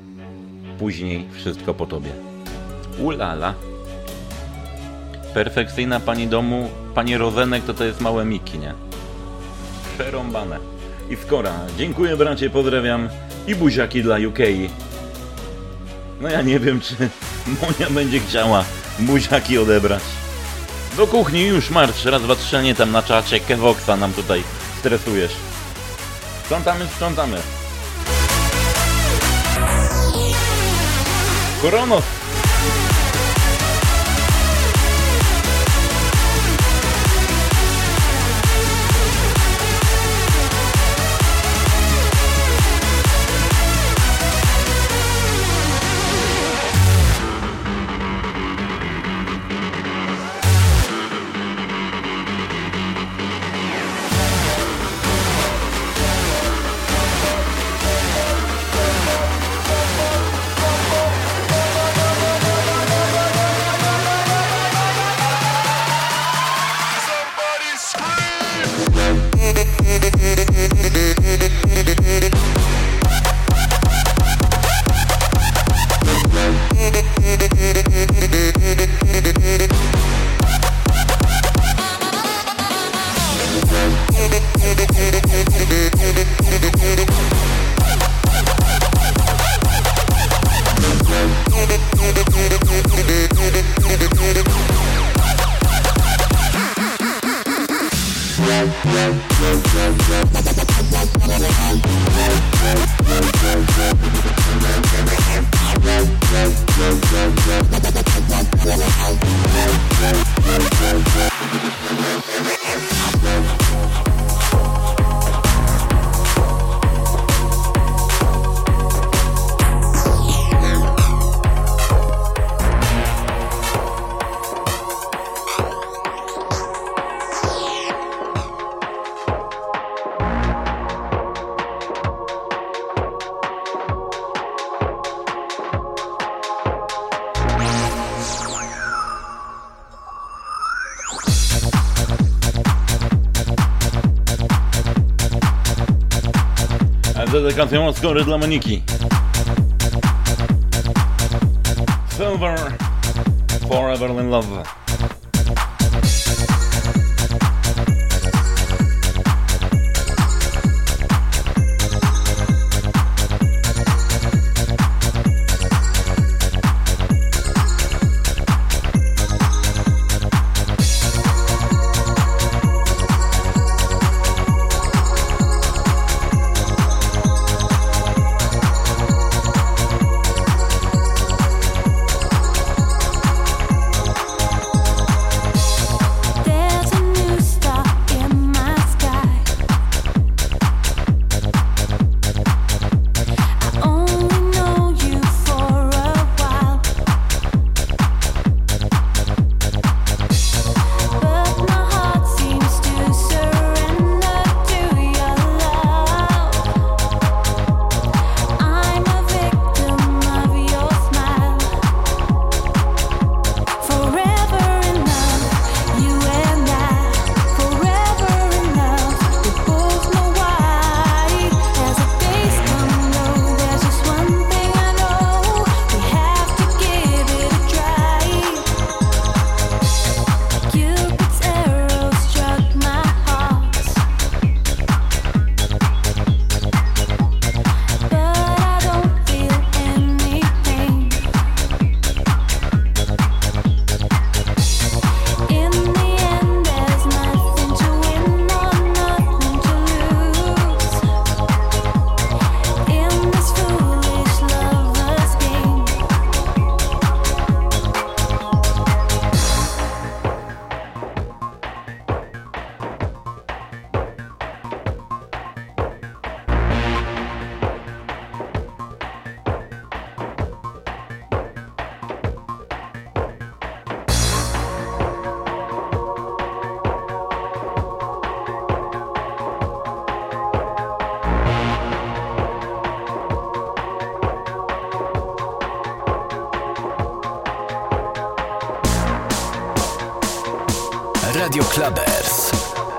H: Później wszystko po tobie. Ulala. Perfekcyjna pani domu, pani Rozenek, to to jest małe Miki, nie? Przerąbane. I Skora, dziękuję bracie, pozdrawiam. I buziaki dla U K. No ja nie wiem, czy Monia będzie chciała buziaki odebrać. Do kuchni już marsz, raz, dwa, trzy, nie tam na czacie, Kevoxa nam tutaj stresujesz. Sprzątamy, sprzątamy. Koronos. Dedykacją Skory dla Moniki. Silver, Forever in Love.
B: Radio Clubbers.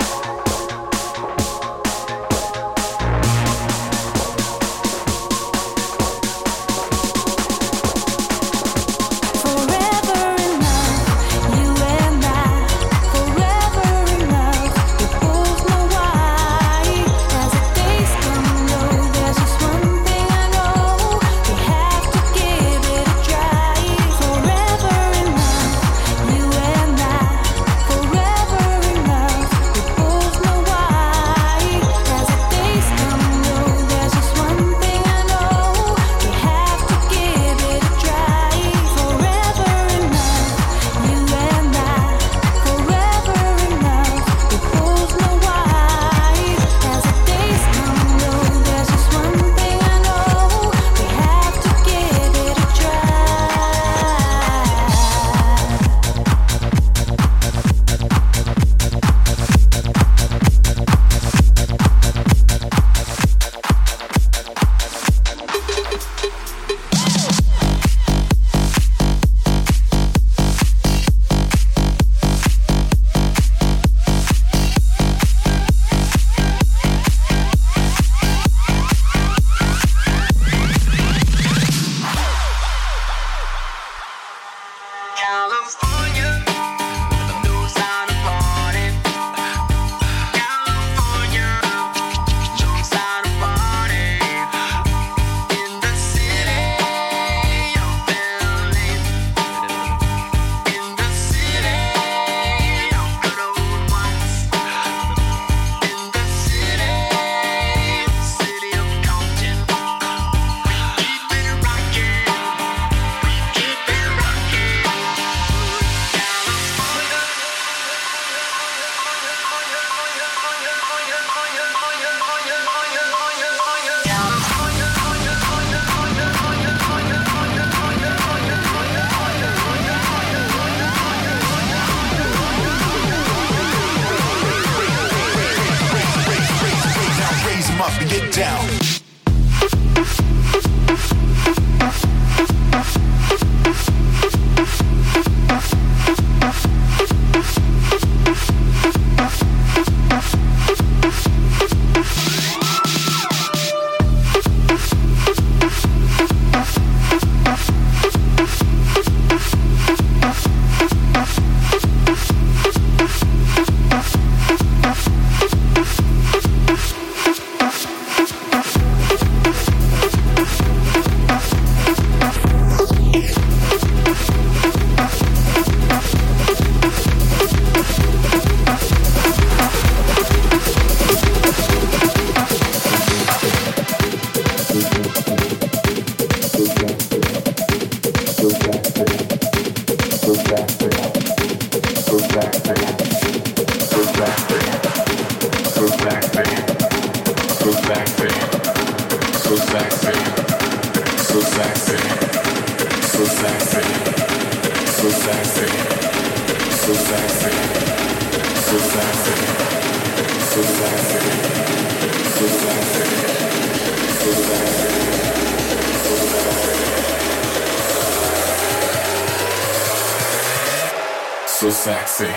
O: So sexy.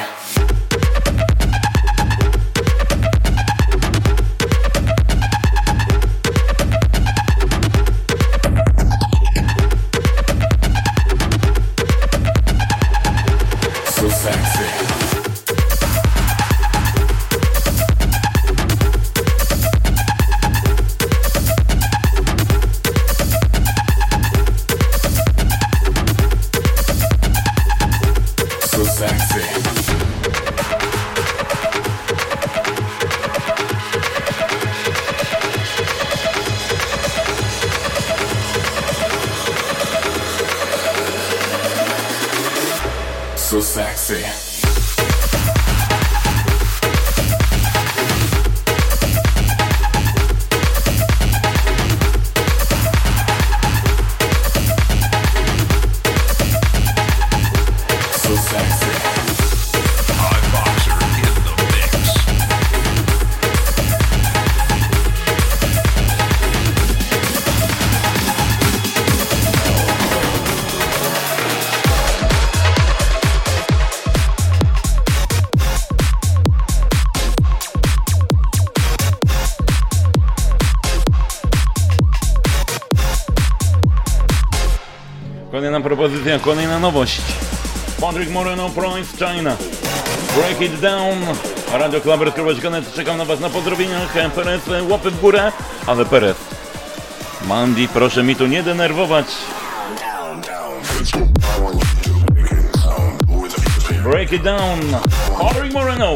O: So sexy.
H: Kolejna propozycja, kolejna nowość. Patrick Moreno, Price, China. Break it down. Radio Klaber kropka net. Czekam na was na pozdrowieniach. Perez, łapy w górę. Ale Perez, Mandy, proszę mi tu nie denerwować. Break it down. Patrick Moreno.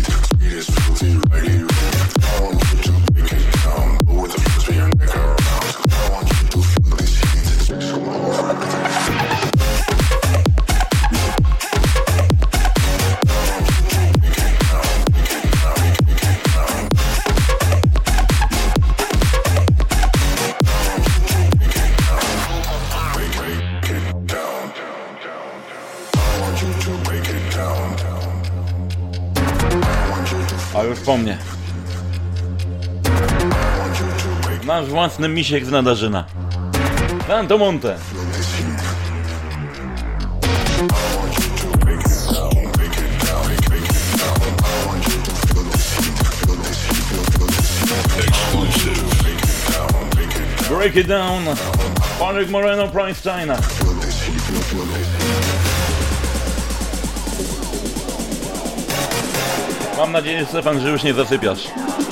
H: A już po mnie. Nasz własny misiek z Nadarzyna. Tanto Monte. Break it down. Patrick Moreno, Price, China. Mam nadzieję, Stefan, że już nie zasypiasz.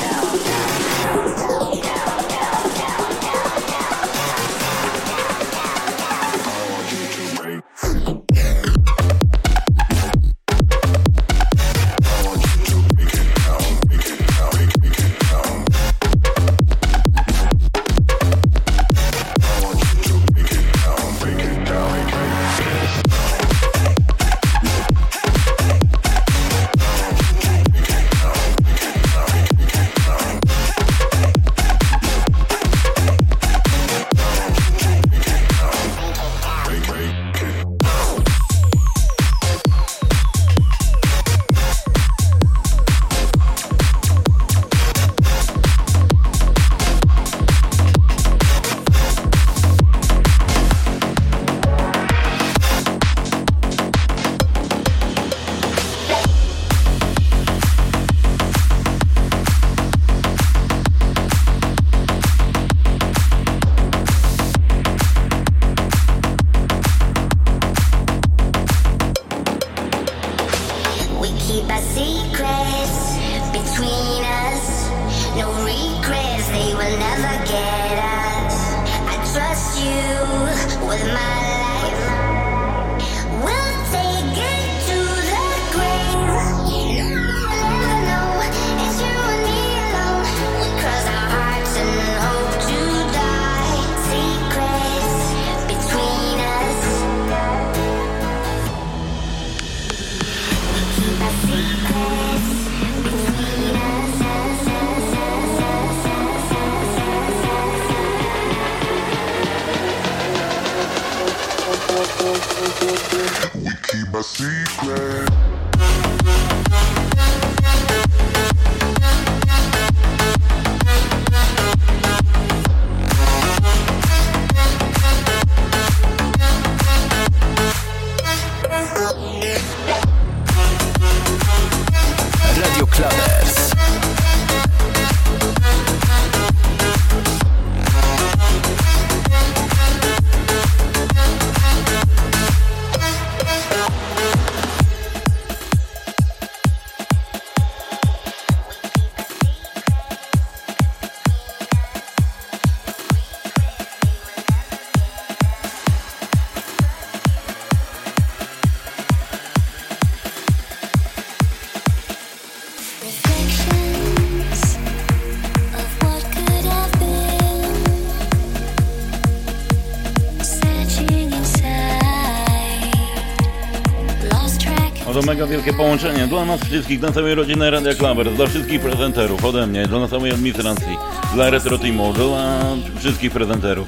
H: To mega wielkie połączenie dla nas wszystkich, dla całej rodziny Radia Klaber, dla wszystkich prezenterów ode mnie, dla całej administracji, dla Retro Teamu, dla wszystkich prezenterów.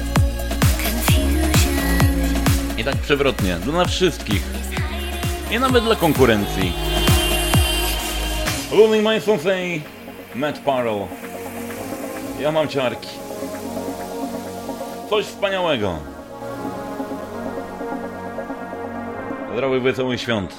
H: I tak przewrotnie, dla wszystkich. I nawet dla konkurencji. Lulling My Sensei, Matt Parrell. Ja mam ciarki. Coś wspaniałego. Zdrowych, wesołych świąt.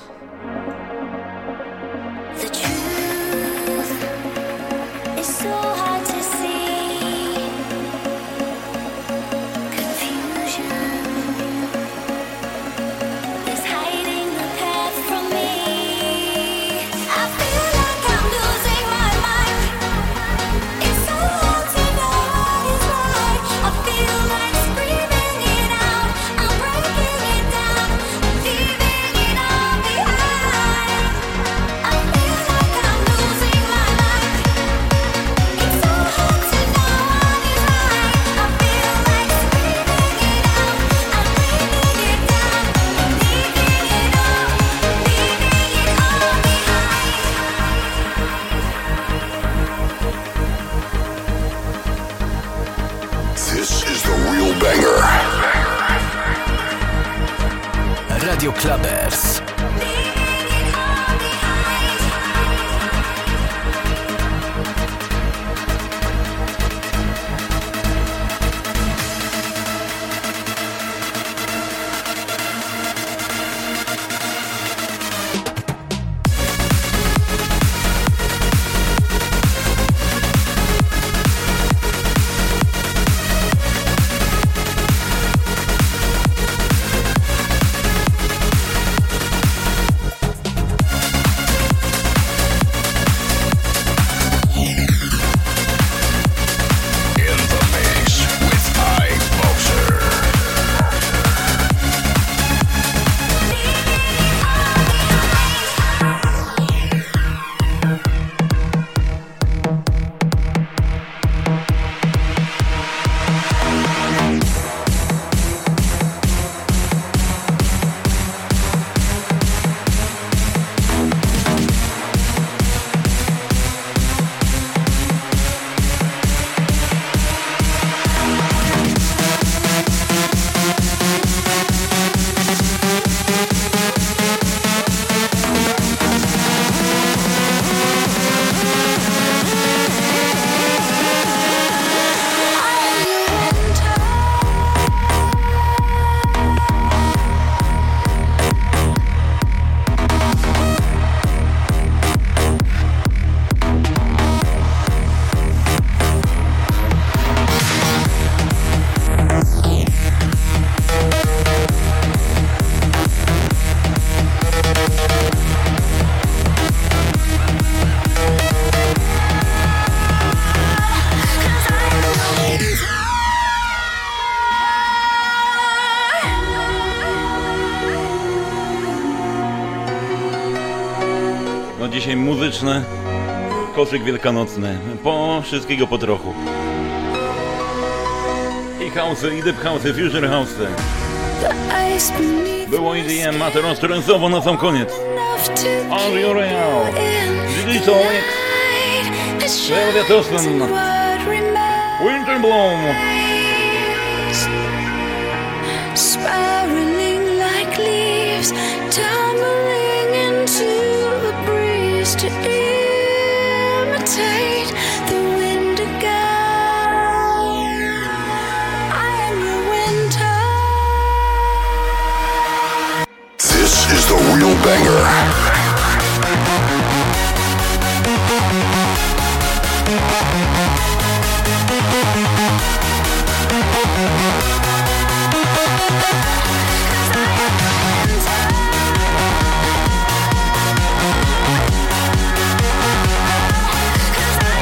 B: Radio Clubbers.
H: Dzisiaj muzyczne, koszyk wielkanocny, po wszystkiego po trochu. I house'y, i deep house'y, future house'y. Było E D M, a teraz trensowo na sam koniec. Are you real? Digital X, Sylvia Toscan, Winterbloom.
Q: Spiraling like leaves, tumbling into to imitate the wind again. I am your winter.
E: This is the real banger.
Q: Cause I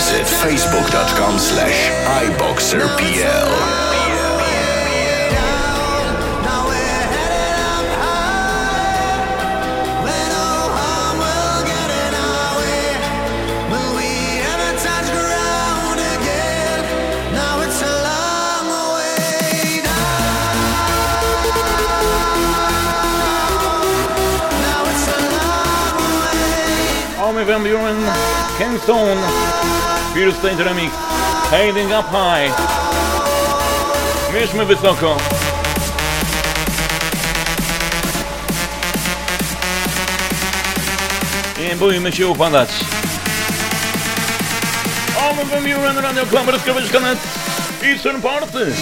C: Visit facebook.com slash iBoxerPL.
H: Army van Buren, Kingston, Pure State Remix, Heading Up High. Mierzmy wysoko. Nie bójmy się upadać. Army van Buren, Radio Clubbers kropka net, Eastern Party.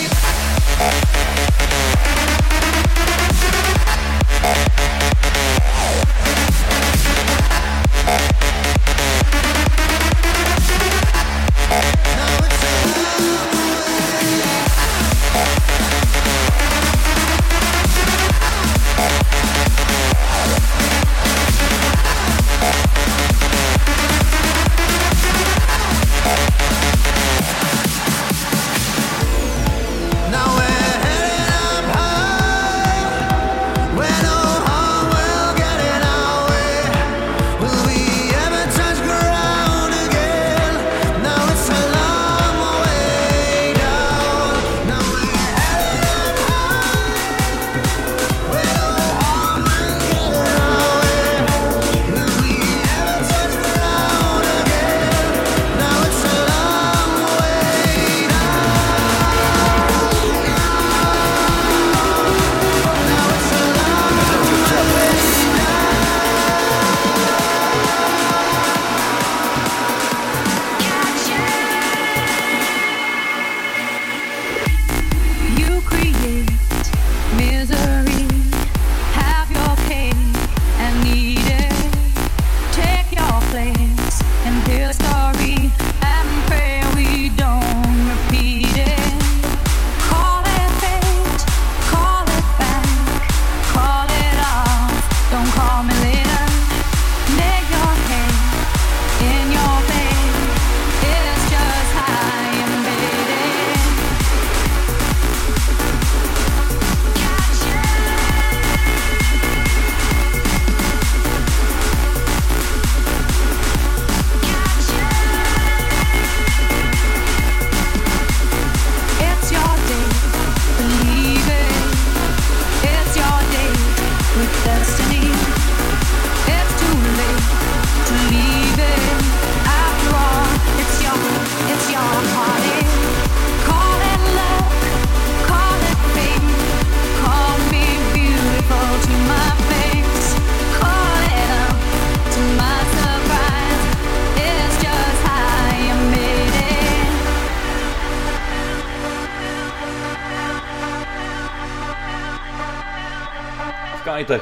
H: Skytech.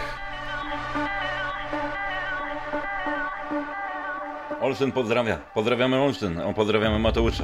H: Olsztyn pozdrawia. Pozdrawiamy Olsztyn. O, pozdrawiamy Mateusza.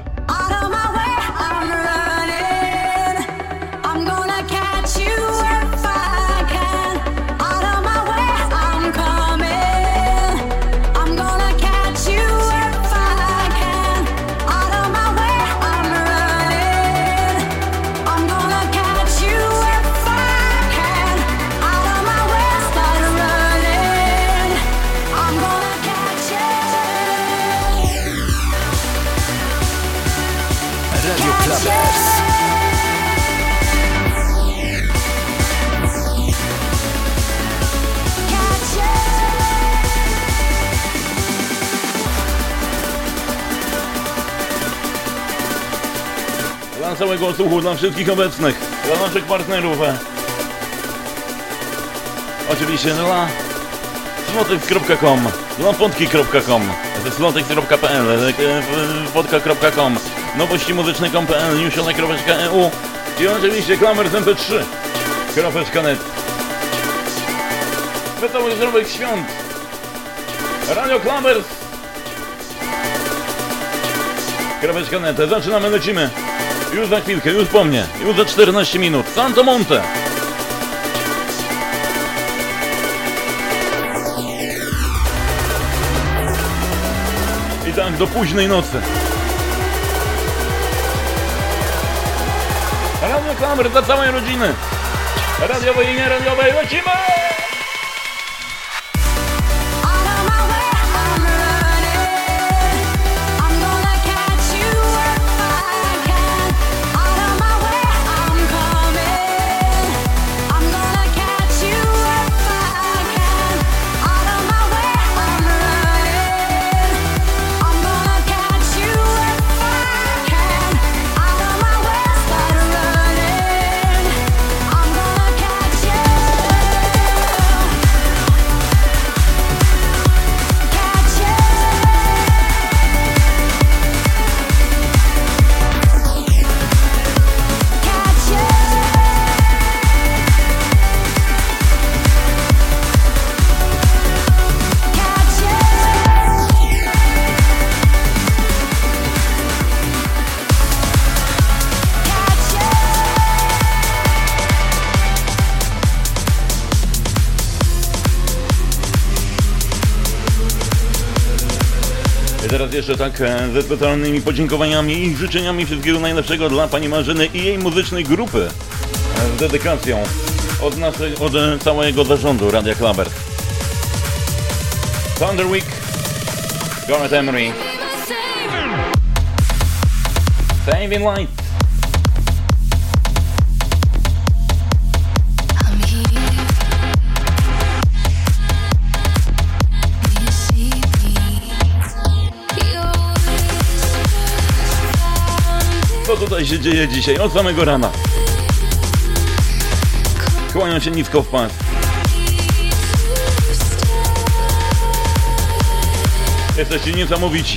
H: Dla całego słuchu, dla wszystkich obecnych, dla naszych partnerów. Oczywiście dla slotex kropka com, dla podki kropka com, slotex kropka p l, podka kropka com, nowości muzyczne kropka p l, newsione kropka e u i oczywiście klammers m p trzy kropka net. Wesołych zdrowych świąt! Radio Klammers kropka net. Zaczynamy, lecimy. Już za chwilkę, już po mnie. Już za czternaście minut. Santo Monte. I tak do późnej nocy. Radio Klamer dla całej rodziny. Radiowej i nieradiowej, lecimy! Teraz jeszcze tak ze specjalnymi podziękowaniami i życzeniami wszystkiego najlepszego dla pani Marzyny i jej muzycznej grupy z dedykacją od, naszej, od całego zarządu Radia Klaber. Thunder Week, Gareth Emery, Saving Light. Co tutaj się dzieje dzisiaj od samego rana? Kłaniam się nisko w pas. Jesteście niesamowici.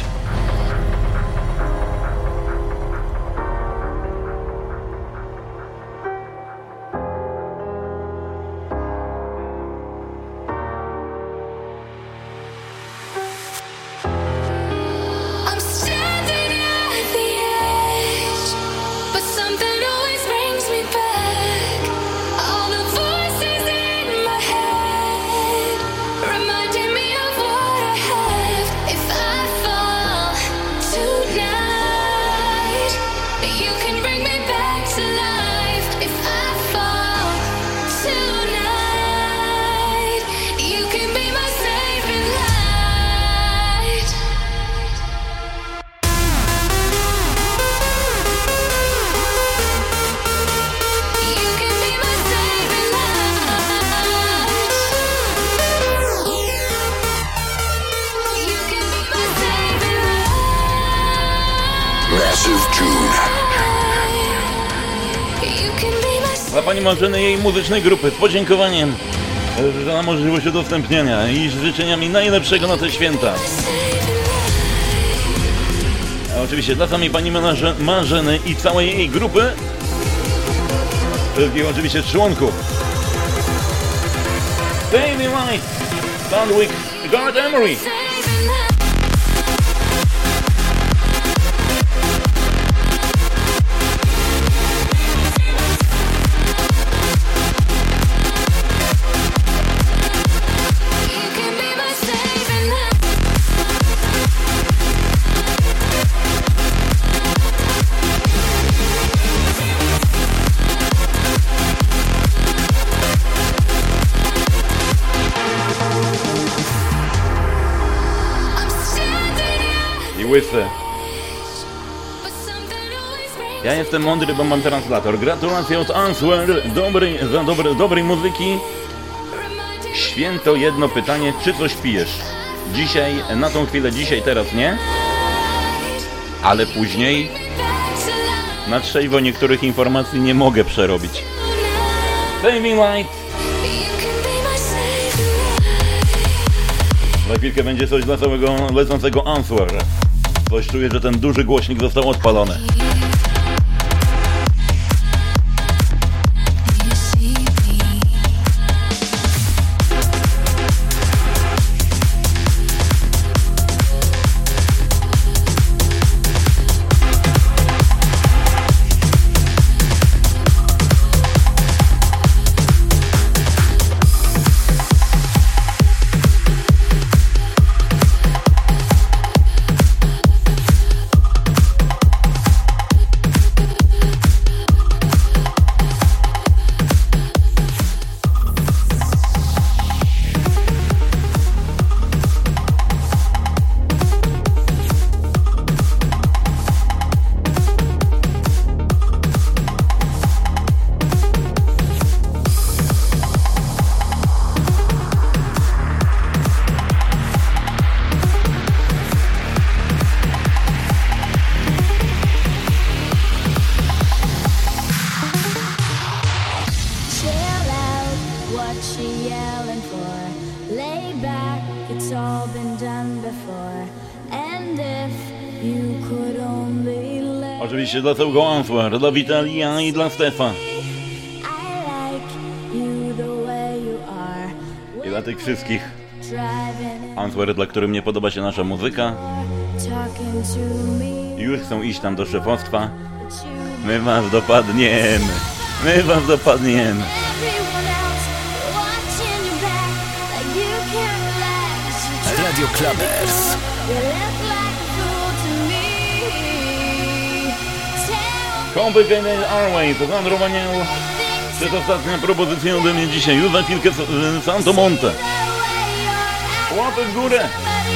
H: Dla pani Marzyny i jej muzycznej grupy z podziękowaniem za możliwość udostępnienia i życzeniami najlepszego na te święta. A oczywiście dla samej pani Marzyny i całej jej grupy, wszystkich oczywiście członków. Saving Light, Thunder Week, Gareth Emery. Łysy. Ja jestem mądry, bo mam translator. Gratulacje od Answer, dobrej, za dobre, dobrej muzyki. Święto jedno pytanie, czy coś pijesz? Dzisiaj, na tą chwilę, dzisiaj, teraz nie. Ale później na trzeźwo niektórych informacji nie mogę przerobić. Saving Light. Za chwilkę będzie coś dla całego lecącego Answer. Coś czuję, że ten duży głośnik został odpalony. Oczywiście dla całego Answer, dla Witalia i dla Stefa. I dla tych wszystkich Answer, dla których nie podoba się nasza muzyka. Już chcą iść tam do szefostwa. My was dopadniemy. My was dopadniemy.
B: Radio Clubbers.
H: Complicated Airways, Sandro Maniel. Przedostatnia propozycja ode mnie dzisiaj. Już za chwilkę Santo Monte. Łapy w górę.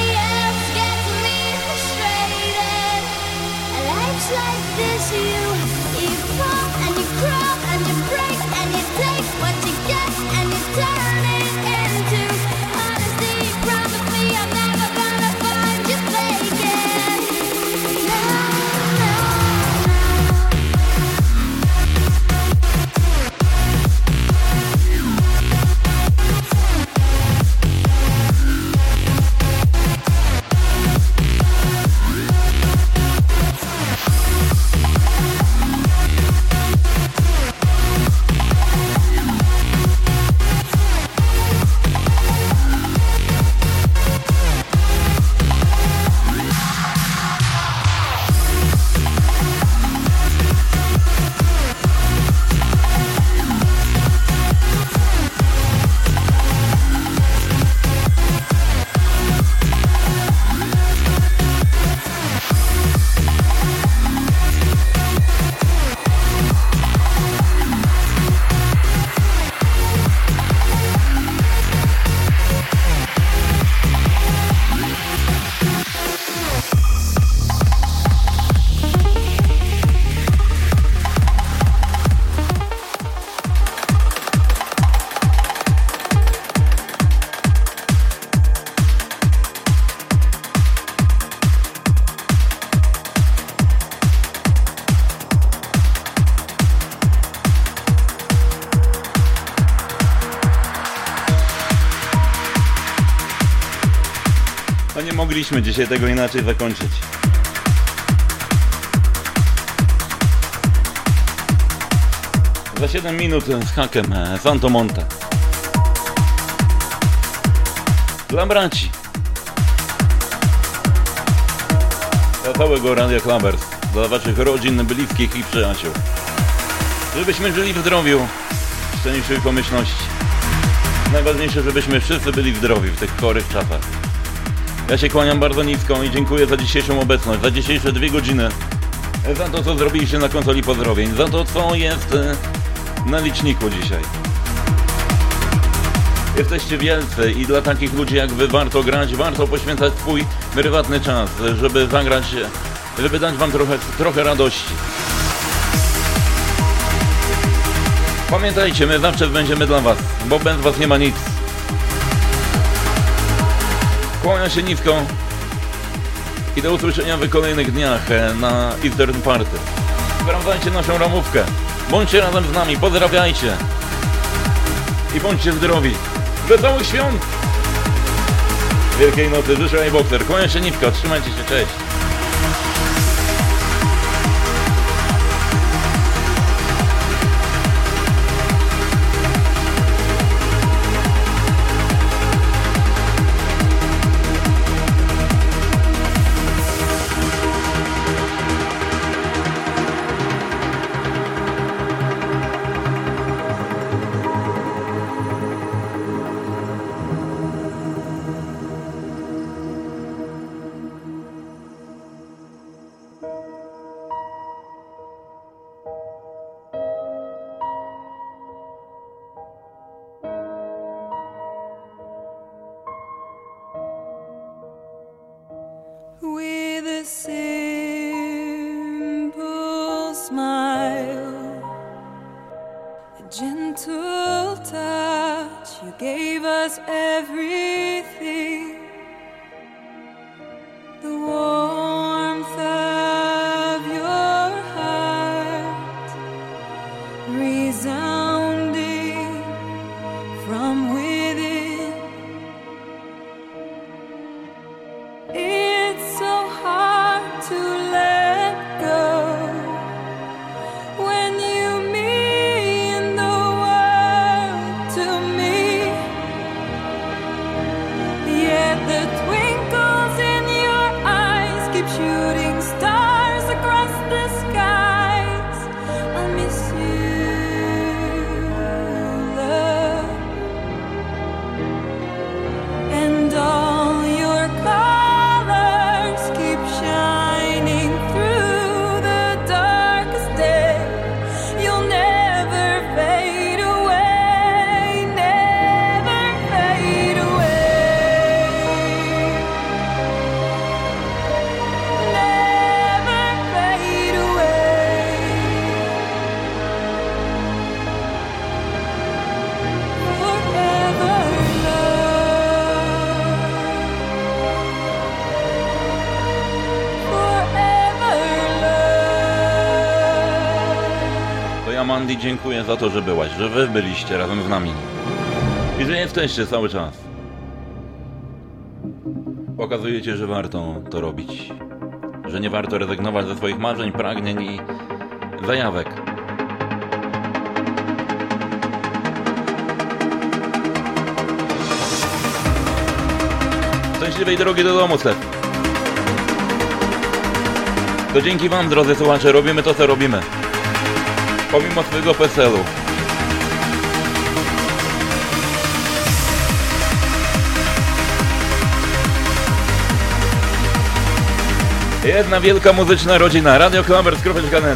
H: Nie mogliśmy dzisiaj tego inaczej zakończyć. Za siedem minut z hakiem Santo Monte. Dla braci. Dla całego Radia Clubbers. Dla waszych rodzin, bliskich i przyjaciół. Żebyśmy żyli w zdrowiu, w szczęśliwej pomyślności. Najważniejsze, żebyśmy wszyscy byli zdrowi w tych chorych czasach. Ja się kłaniam bardzo nisko i dziękuję za dzisiejszą obecność, za dzisiejsze dwie godziny, za to, co zrobiliście na konsoli pozdrowień, za to, co jest na liczniku dzisiaj. Jesteście wielcy i dla takich ludzi jak wy warto grać, warto poświęcać swój prywatny czas, żeby zagrać, żeby dać wam trochę, trochę radości. Pamiętajcie, my zawsze będziemy dla was, bo bez was nie ma nic. Kłania się nisko i do usłyszenia w kolejnych dniach na Eastern Party. Sprawdzajcie naszą ramówkę, bądźcie razem z nami, pozdrawiajcie i bądźcie zdrowi. Wesołych świąt! Wielkiej nocy, życzę i Boxer. Kłania się nisko, trzymajcie się, cześć!
Q: With a simple smile, a gentle touch, you gave us everything. The warmth of your heart, resounding from within. It's so hard to let go.
H: ja Mandy dziękuję za to, że byłaś, że wy byliście razem z nami. I że jesteście cały czas. Pokazujecie, że warto to robić. Że nie warto rezygnować ze swoich marzeń, pragnień i zajawek. Szczęśliwej drogi do domu, Stef. To dzięki wam, drodzy słuchacze, robimy to, co robimy. Pomimo swojego peselu. Jedna wielka muzyczna rodzina. Radio Klambers kropka net.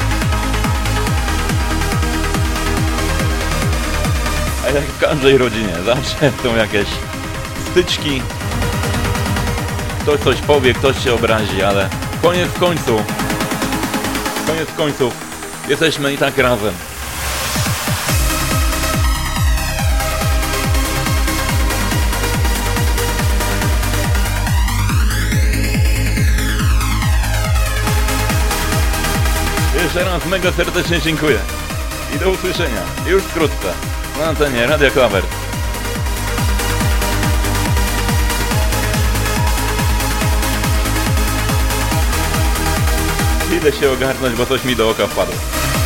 H: A jak w każdej rodzinie, zawsze są jakieś styczki. Ktoś coś powie, ktoś się obrazi, ale koniec końców, koniec końców, jesteśmy i tak razem. Jeszcze raz mega serdecznie dziękuję i do usłyszenia już wkrótce na antenie Radia Klambers. Idę się ogarnąć, bo coś mi do oka wpadło.